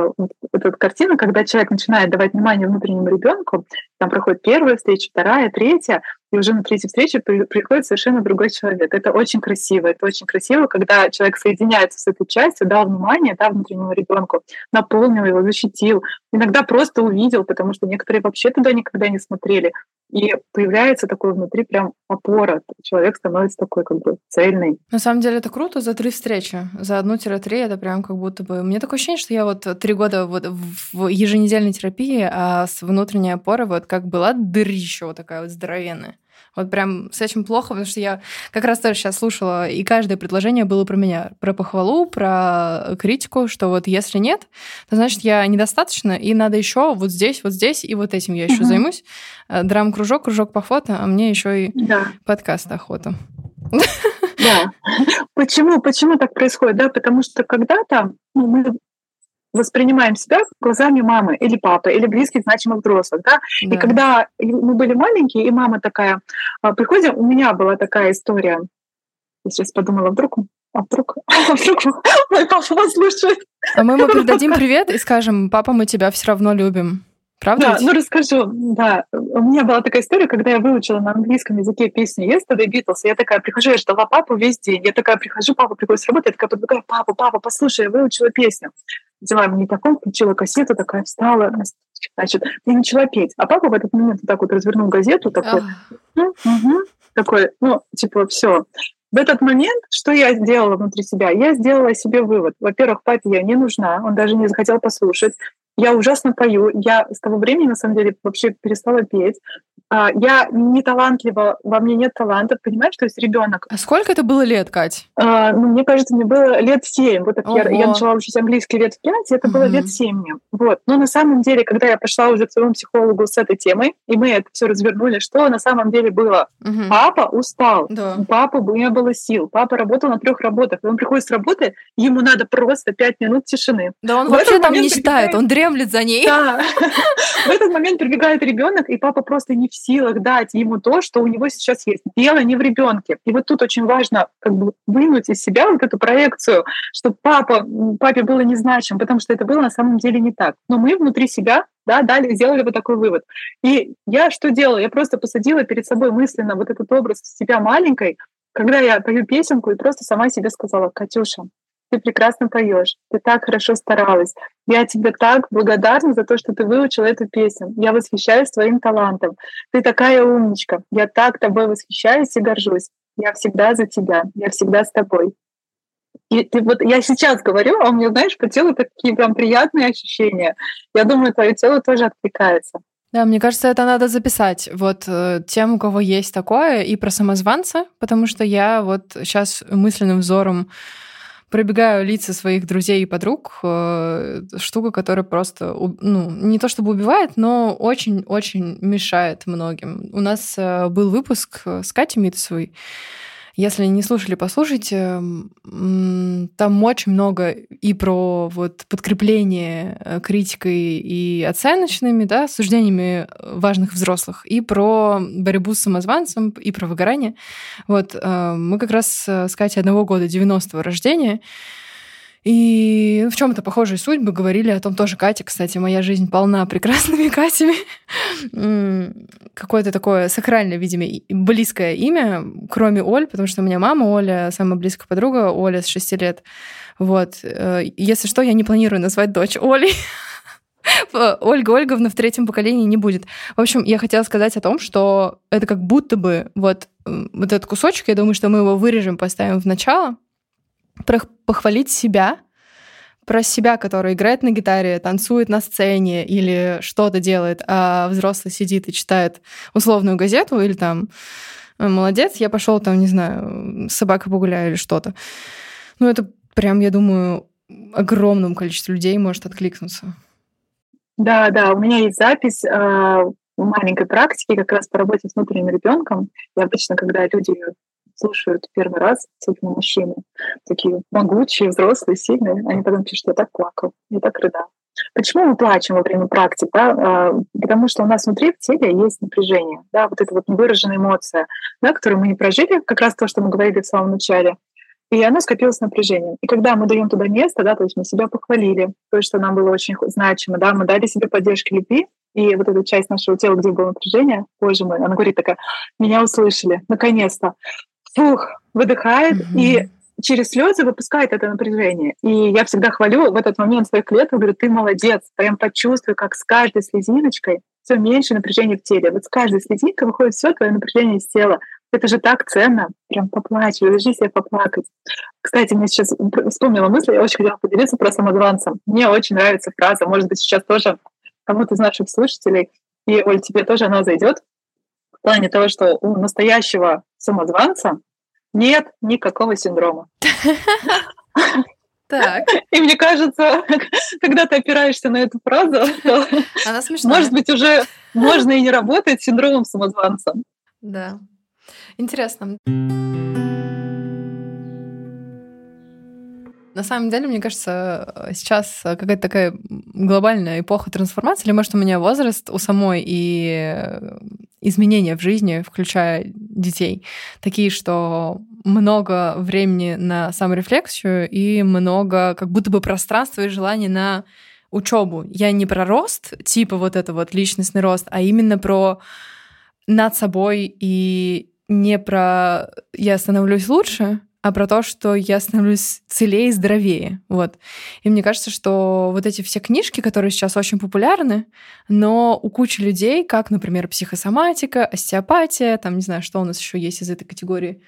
эта картина, когда человек начинает давать внимание внутреннему ребенку, там проходит первая встреча, вторая, третья, и уже на третьей встрече приходит совершенно другой человек. Это очень красиво, когда человек соединяется с этой частью, дал внимание, да, внутреннему ребенку, наполнил его, защитил, иногда просто увидел, потому что некоторые вообще туда никогда не смотрели. И появляется такой внутри прям опора. Человек становится такой как бы цельный. На самом деле это круто за 3 встречи. За 1-3 это прям как будто бы... Мне такое ощущение, что я вот 3 года вот в еженедельной терапии, а с внутренней опорой вот как была дырища вот такая вот здоровенная. Вот прям с этим плохо, потому что я как раз тоже сейчас слушала, и каждое предложение было про меня, про похвалу, про критику, что вот если нет, то значит я недостаточно, и надо еще вот здесь, и вот этим я еще займусь. Драм-кружок, кружок по фото, а мне еще и подкаст охота. Да. Почему так происходит? Да, потому что когда-то мы воспринимаем себя глазами мамы или папы, или близких, значимых взрослых. Да? И когда мы были маленькие, и мама такая... Приходим, у меня была такая история. Я сейчас подумала, вдруг мой папа послушает. А мы ему передадим привет и скажем, папа, мы тебя все равно любим. Правда? Да, расскажу. Да, у меня была такая история, когда я выучила на английском языке песню Yesterday Beatles. Я такая прихожу, я ждала папу весь день. Я такая прихожу, папа приходит с работы, я такая подбегаю, папа, послушай, я выучила песню. Взяла магнитофон, включила кассету, такая встала, значит, я начала петь. А папа в этот момент вот так вот развернул газету, такой, такой, все. В этот момент, что я сделала внутри себя? Я сделала себе вывод. Во-первых, папе я не нужна, он даже не захотел послушать. Я ужасно пою. Я с того времени, на самом деле, вообще перестала петь. Я не талантлива, во мне нет талантов, понимаешь, то есть ребенок. А сколько это было лет, Кать? Мне кажется, мне было лет 7. Вот так я начала учить английский лет в 5, и это было лет 7 мне. Вот. Но на самом деле, когда я пошла уже к своему психологу с этой темой, и мы это все развернули, что на самом деле было? Папа устал, у папы не было сил, папа работал на 3 работах, и он приходит с работы, ему надо просто 5 минут тишины. Да он вообще там не читает, он дремлет за ней. Да. В этот момент прибегает ребенок, и папа просто не в силах дать ему то, что у него сейчас есть. Дело не в ребенке. И вот тут очень важно как бы вынуть из себя вот эту проекцию, что папе было незначимо, потому что это было на самом деле не так. Но мы внутри себя сделали вот такой вывод. И я что делала? Я просто посадила перед собой мысленно вот этот образ себя маленькой, когда я пою песенку, и просто сама себе сказала: «Катюша, ты прекрасно поешь, ты так хорошо старалась. Я тебе так благодарна за то, что ты выучила эту песню. Я восхищаюсь твоим талантом. Ты такая умничка. Я так тобой восхищаюсь и горжусь. Я всегда за тебя. Я всегда с тобой». И я сейчас говорю, а у меня, знаешь, по телу такие прям приятные ощущения. Я думаю, твое тело тоже откликается. Да, мне кажется, это надо записать вот тем, у кого есть такое, и про самозванца, потому что я вот сейчас мысленным взором пробегаю лица своих друзей и подруг, штука, которая просто, не то чтобы убивает, но очень-очень мешает многим. У нас был выпуск с Катей Митцевой, Если не слушали, послушайте. Там очень много и про вот подкрепление критикой и оценочными, да, суждениями важных взрослых, и про борьбу с самозванцем, и про выгорание. Вот мы как раз с Катей одного года, 90-го рождения, и в чем-то похожие судьбы говорили о том тоже Катя. Кстати, моя жизнь полна прекрасными Катями. Какое-то такое сакральное, видимо, близкое имя, кроме Оль, потому что у меня мама Оля, самая близкая подруга Оля с 6 лет. Вот. Если что, я не планирую назвать дочь Олей. Ольга Ольговна в 3-м поколении не будет. В общем, я хотела сказать о том, что это как будто бы вот этот кусочек, я думаю, что мы его вырежем, поставим в начало, похвалить себя, про себя, который играет на гитаре, танцует на сцене или что-то делает, а взрослый сидит и читает условную газету или там молодец, я пошел там, не знаю, с собакой погуляю или что-то. Ну, это прям, я думаю, огромному количеству людей может откликнуться. Да, у меня есть запись маленькой практики как раз по работе с внутренним ребенком. И обычно, когда люди слушают первый раз, особенно мужчины, такие могучие, взрослые, сильные, они потом пишут: я так плакал, я так рыдал. Почему мы плачем во время практик? Да? Потому что у нас внутри в теле есть напряжение, да, вот эта вот невыраженная эмоция, да, которую мы не прожили, как раз то, что мы говорили в самом начале, и оно скопилось напряжением. И когда мы даем туда место, да, то есть мы себя похвалили, то, что нам было очень значимо, да, мы дали себе поддержки любви, и вот эта часть нашего тела, где было напряжение, боже мой, она говорит такая: меня услышали, наконец-то. Фух, выдыхает и через слезы выпускает это напряжение. И я всегда хвалю в этот момент своих клиентов, говорю: ты молодец, прям почувствуй, как с каждой слезиночкой все меньше напряжения в теле. Вот с каждой слезинкой выходит все твое напряжение из тела. Это же так ценно. Прям поплачь, разреши себе поплакать. Кстати, мне сейчас вспомнила мысль, я очень хотела поделиться про самозванца. Мне очень нравится фраза, может быть, сейчас тоже кому-то из наших слушателей, и, Оль, тебе тоже она зайдет, в плане того, что у настоящего самозванца нет никакого синдрома. Так. И мне кажется, когда ты опираешься на эту фразу, то, она смешная. Может быть, уже можно и не работать с синдромом самозванца. Да. Интересно. На самом деле, мне кажется, сейчас какая-то такая глобальная эпоха трансформации, или, может, у меня возраст у самой и изменения в жизни, включая детей, такие, что много времени на саморефлексию и много как будто бы пространства и желания на учебу. Я не про рост, типа вот это вот личностный рост, а именно про над собой и не про «я становлюсь лучше», а про то, что я становлюсь целее и здоровее. Вот. И мне кажется, что вот эти все книжки, которые сейчас очень популярны, но у кучи людей, как, например, психосоматика, остеопатия, там, не знаю, что у нас еще есть из этой категории,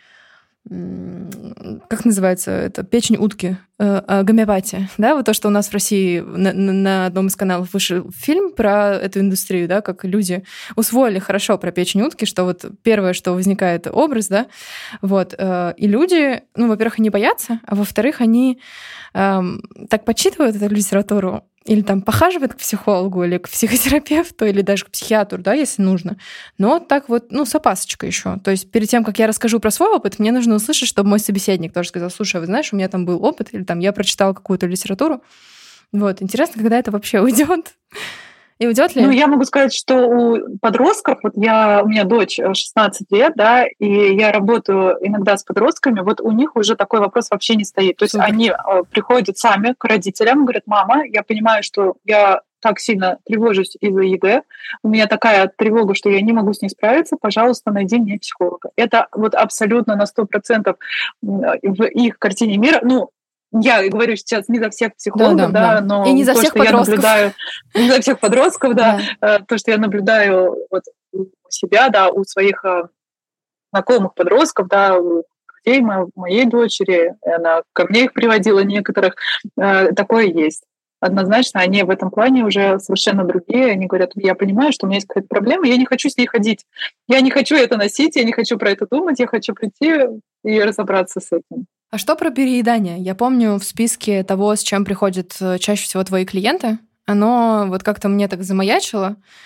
как называется это, печень утки, гомеопатия, да, вот то, что у нас в России на одном из каналов вышел фильм про эту индустрию, да, как люди усвоили хорошо про печень утки, что вот первое, что возникает образ, да, вот, и люди, ну, во-первых, они боятся, а во-вторых, они так подсчитывают эту литературу, или там похаживают к психологу, или к психотерапевту, или даже к психиатру, да, если нужно. Но так вот, ну, с опасочкой еще. То есть перед тем, как я расскажу про свой опыт, мне нужно услышать, чтобы мой собеседник тоже сказал: слушай, вы знаешь, у меня там был опыт, или там я прочитала какую-то литературу. Вот, интересно, когда это вообще уйдет. И уйдет ли? Ну, я могу сказать, что у подростков, вот у меня дочь 16 лет, да, и я работаю иногда с подростками, вот у них уже такой вопрос вообще не стоит. То есть они приходят сами к родителям, говорят: мама, я понимаю, что я так сильно тревожусь из-за ЕГЭ, у меня такая тревога, что я не могу с ней справиться, пожалуйста, найди мне психолога. Это вот абсолютно на 100% в их картине мира. Ну, я говорю сейчас не за всех психологов, да, но и не за то, всех что подростков. Я наблюдаю, не за всех подростков, да, то, что я наблюдаю вот у себя, да, у своих знакомых подростков, да, у людей моей дочери, она ко мне их приводила некоторых, такое есть. Однозначно, они в этом плане уже совершенно другие. Они говорят: я понимаю, что у меня есть какая-то проблема, я не хочу с ней ходить, я не хочу это носить, я не хочу про это думать, я хочу прийти и разобраться с этим. А что про переедание? Я помню в списке того, с чем приходят чаще всего твои клиенты, оно вот как-то мне так замаячило.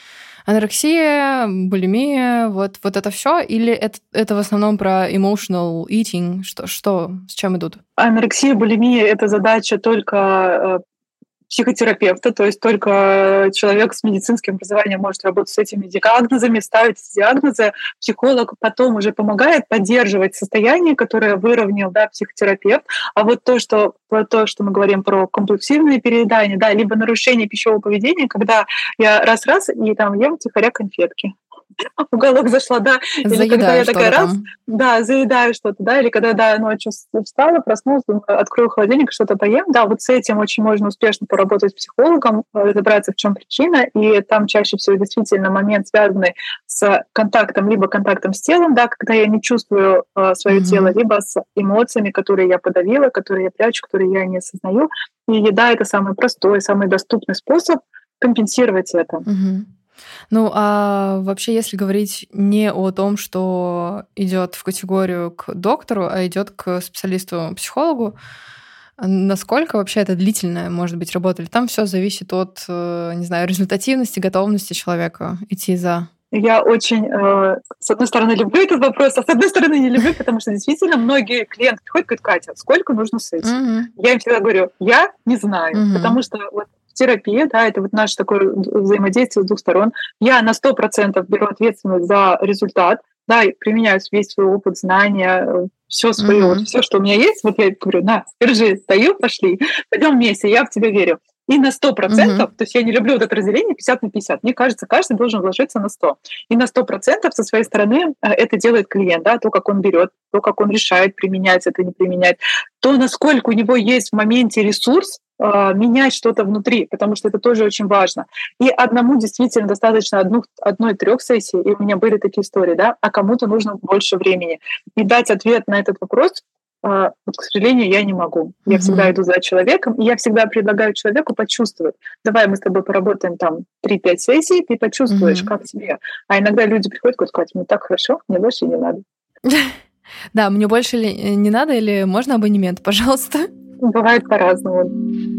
Анорексия, булимия, вот это все, или это в основном про emotional eating? Что, с чем идут? Анорексия, булимия — это задача только психотерапевта, то есть только человек с медицинским образованием может работать с этими диагнозами, ставить диагнозы. Психолог потом уже помогает поддерживать состояние, которое выровнял, да, психотерапевт. А вот то, что мы говорим про компульсивное переедание, да, либо нарушение пищевого поведения, когда я раз-раз и там ем втихаря конфетки. В уголок зашла, да. Или когда я такая раз, да, заедаю что-то, да, или когда, да, ночью встала, проснулась, думаю, открою холодильник, что-то поем, да, вот с этим очень можно успешно поработать с психологом, разобраться, в чем причина, и там чаще всего действительно момент, связанный с контактом, либо контактом с телом, да, когда я не чувствую свое тело, либо с эмоциями, которые я подавила, которые я прячу, которые я не осознаю. И еда — это самый простой, самый доступный способ компенсировать это. Ну, а вообще, если говорить не о том, что идет в категорию к доктору, а идет к специалисту-психологу, насколько вообще это длительная может быть работа? Или там все зависит от, не знаю, результативности, готовности человека идти за? Я очень, с одной стороны, люблю этот вопрос, а с одной стороны не люблю, потому что действительно многие клиенты приходят и говорят: Катя, сколько нужно сессий? Я им всегда говорю: я не знаю, потому что вот терапия, да, это вот наше такое взаимодействие с двух сторон. Я на 100% беру ответственность за результат, да, и применяю весь свой опыт, знания, все свое, вот все, что у меня есть, вот я говорю: на, держи, стою, пошли, пойдем вместе, я в тебя верю. И на 100%, то есть я не люблю вот это разделение 50 на 50. Мне кажется, каждый должен вложиться на 100. И на 100% со своей стороны это делает клиент, да, то, как он берет, то, как он решает применять это, не применять, то, насколько у него есть в моменте ресурс менять что-то внутри, потому что это тоже очень важно. И одному действительно достаточно одной-трех сессий, и у меня были такие истории, да, а кому-то нужно больше времени. И дать ответ на этот вопрос, вот, к сожалению, я не могу. Я всегда иду за человеком, и я всегда предлагаю человеку почувствовать. Давай мы с тобой поработаем там 3-5 сессий, ты почувствуешь, как тебе. А иногда люди приходят и говорят: Катя, мне так хорошо, мне больше не надо. Да, мне больше не надо, или можно абонемент, пожалуйста? Бывает по-разному.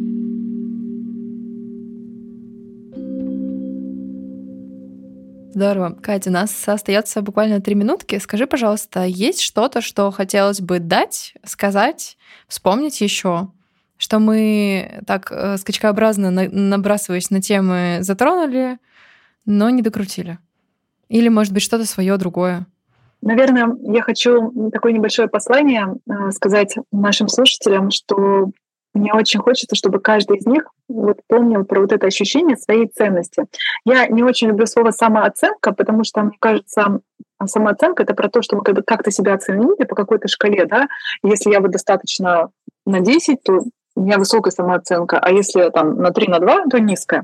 Здорово. Катя, у нас остается буквально 3 минутки. Скажи, пожалуйста, есть что-то, что хотелось бы дать, сказать, вспомнить еще, что мы так скачкообразно, набрасываясь на темы, затронули, но не докрутили? Или, может быть, что-то свое другое? Наверное, я хочу такое небольшое послание сказать нашим слушателям, что мне очень хочется, чтобы каждый из них вот помнил про вот это ощущение своей ценности. Я не очень люблю слово «самооценка», потому что, мне кажется, самооценка — это про то, что мы как-то себя оценили по какой-то шкале, да. Если я вот достаточно на 10, то у меня высокая самооценка, а если там на 3, на 2, то низкая.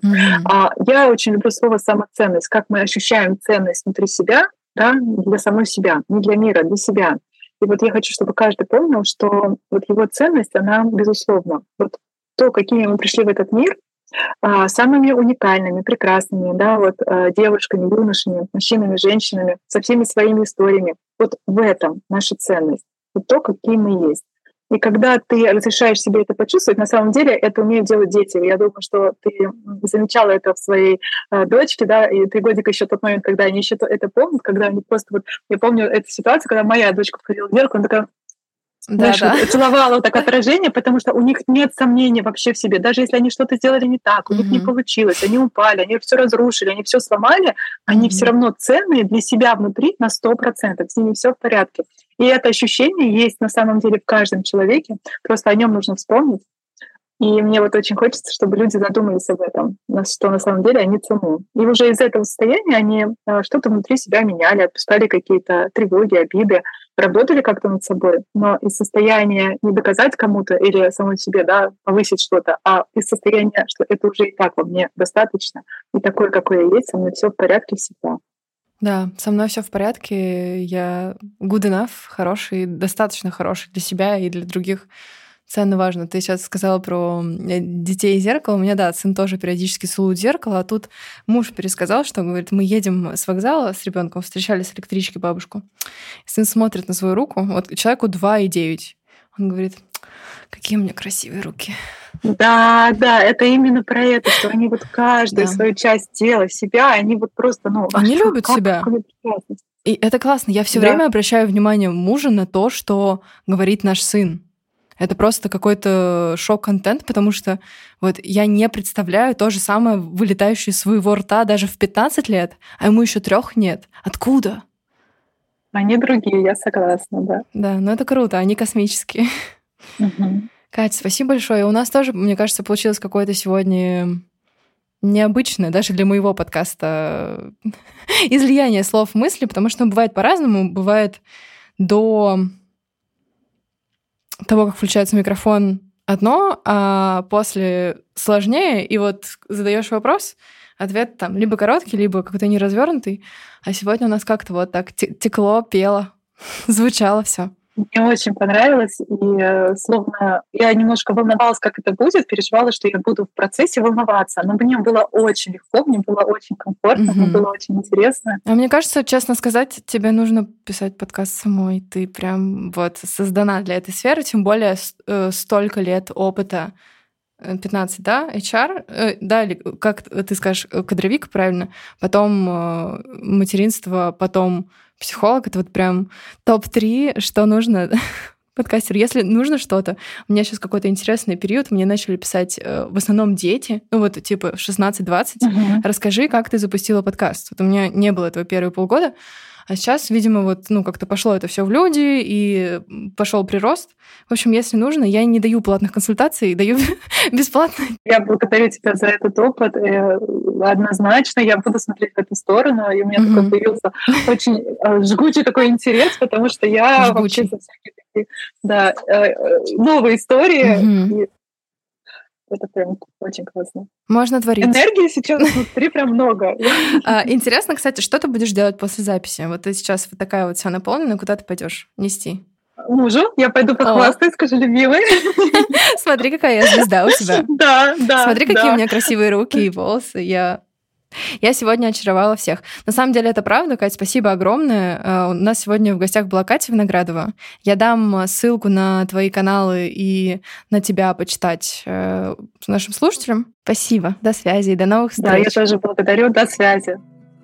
Я очень люблю слово «самоценность», как мы ощущаем ценность внутри себя, да, для самой себя, не для мира, для себя. И вот я хочу, чтобы каждый помнил, что вот его ценность, она безусловна. Вот то, какими мы пришли в этот мир, самыми уникальными, прекрасными, да, вот девушками, юношами, мужчинами, женщинами, со всеми своими историями. Вот в этом наша ценность. Вот то, какие мы есть. И когда ты разрешаешь себе это почувствовать, на самом деле это умеют делать дети. Я думаю, что ты замечала это в своей дочке, да, и 3 годика еще тот момент, когда они еще это помнят, когда они просто вот... Я помню эту ситуацию, когда моя дочка входила в зеркало, она такая... Знаешь, вот, целовала вот так отражение, потому что у них нет сомнений вообще в себе. Даже если они что-то сделали не так, у них не получилось, они упали, они все разрушили, они все сломали, они все равно ценные для себя внутри на 100%. С ними все в порядке. И это ощущение есть на самом деле в каждом человеке. Просто о нем нужно вспомнить. И мне вот очень хочется, чтобы люди задумались об этом, что на самом деле они ценны. И уже из этого состояния они что-то внутри себя меняли, отпускали какие-то тревоги, обиды, работали как-то над собой. Но из состояния не доказать кому-то или самой себе, да, повысить что-то, а из состояния, что это уже и так во мне достаточно, и такой, какой я есть, со мной все в порядке всегда. Да, со мной все в порядке, я good enough, хороший, достаточно хороший для себя и для других. Ценно важно. Ты сейчас сказала про детей и зеркало. У меня, да, сын тоже периодически целует зеркало, а тут муж пересказал, что, говорит, мы едем с вокзала с ребенком, встречали с электрички бабушку. Сын смотрит на свою руку, вот человеку 2,9. Он говорит: Какие у меня красивые руки. Да, это именно про это, что они вот каждую свою часть тела, себя, они вот просто, они любят себя. И это классно. Я все время обращаю внимание мужа на то, что говорит наш сын. Это просто какой-то шок-контент, потому что вот я не представляю то же самое, вылетающее из своего рта даже в 15 лет, а ему еще 3 нет. Откуда? Они другие, я согласна, да. Да, но это круто, они космические. Угу. Катя, спасибо большое. У нас тоже, мне кажется, получилось какое-то сегодня необычное, даже для моего подкаста, излияние слов, мысли, потому что бывает по-разному. Бывает до того, как включается микрофон, одно, а после сложнее, и вот задаешь вопрос, ответ там либо короткий, либо какой-то неразвернутый. А сегодня у нас как-то вот так текло, пело, звучало все. Мне очень понравилось, и словно я немножко волновалась, как это будет, переживала, что я буду в процессе волноваться. Но мне было очень легко, мне было очень комфортно, мне было очень интересно. А мне кажется, честно сказать, тебе нужно писать подкаст самой. Ты прям вот создана для этой сферы, тем более столько лет опыта. 15, да? HR, да, или как ты скажешь, кадровик, правильно? Потом материнство, потом психолог. Это вот прям топ-3, что нужно подкастеру. Если нужно что-то, у меня сейчас какой-то интересный период, мне начали писать в основном дети, типа 16-20. Расскажи, как ты запустила подкаст. Вот у меня не было этого первые полгода, а сейчас, видимо, как-то пошло это все в люди, и пошел прирост. В общем, если нужно, я не даю платных консультаций, даю бесплатно. Я благодарю тебя за этот опыт. И однозначно я буду смотреть в эту сторону. И у меня такой появился очень жгучий такой интерес, потому что я вообще за всякие такие новые истории. И это прям очень классно. Можно творить. Энергии сейчас внутри прям много. Интересно, кстати, что ты будешь делать после записи? Вот ты сейчас вот такая вот вся наполненная, куда ты пойдешь нести? Мужу я пойду похвастаюсь, скажу, любимый. Смотри, какая я звезда у тебя. Да. Смотри, какие у меня красивые руки и волосы. Я сегодня очаровала всех. На самом деле это правда, Кать, спасибо огромное. У нас сегодня в гостях была Катя Виноградова. Я дам ссылку на твои каналы и на тебя почитать нашим слушателям. Спасибо. До связи. До новых встреч. Да, я тоже благодарю. До связи.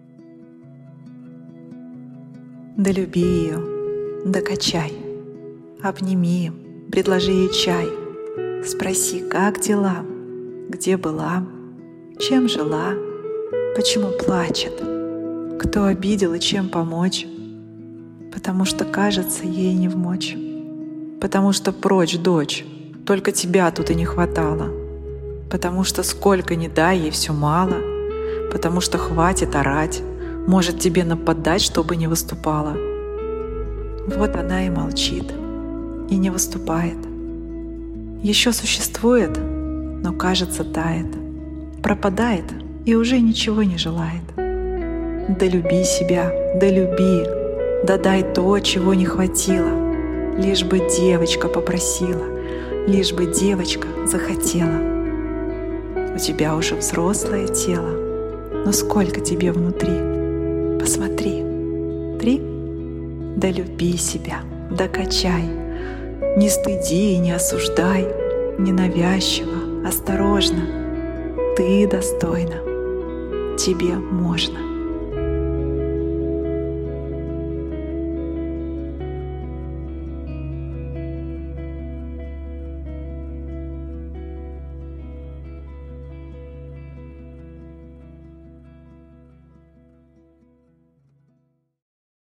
Долюби ее, докачай, обними, предложи ей чай. Спроси, как дела, где была, чем жила, почему плачет, кто обидел и чем помочь, потому что кажется ей не вмочь, потому что прочь, дочь, только тебя тут и не хватало, потому что сколько ни дай ей все мало, потому что хватит орать, может тебе нападать, чтобы не выступала. Вот она и молчит, и не выступает. Еще существует, но кажется тает, пропадает и уже ничего не желает. Да люби себя, да люби, да дай то, чего не хватило, лишь бы девочка попросила, лишь бы девочка захотела. У тебя уже взрослое тело, но сколько тебе внутри? Посмотри. 3. Да люби себя, да качай, не стыди и не осуждай, ненавязчиво, осторожно. Ты достойна, тебе можно.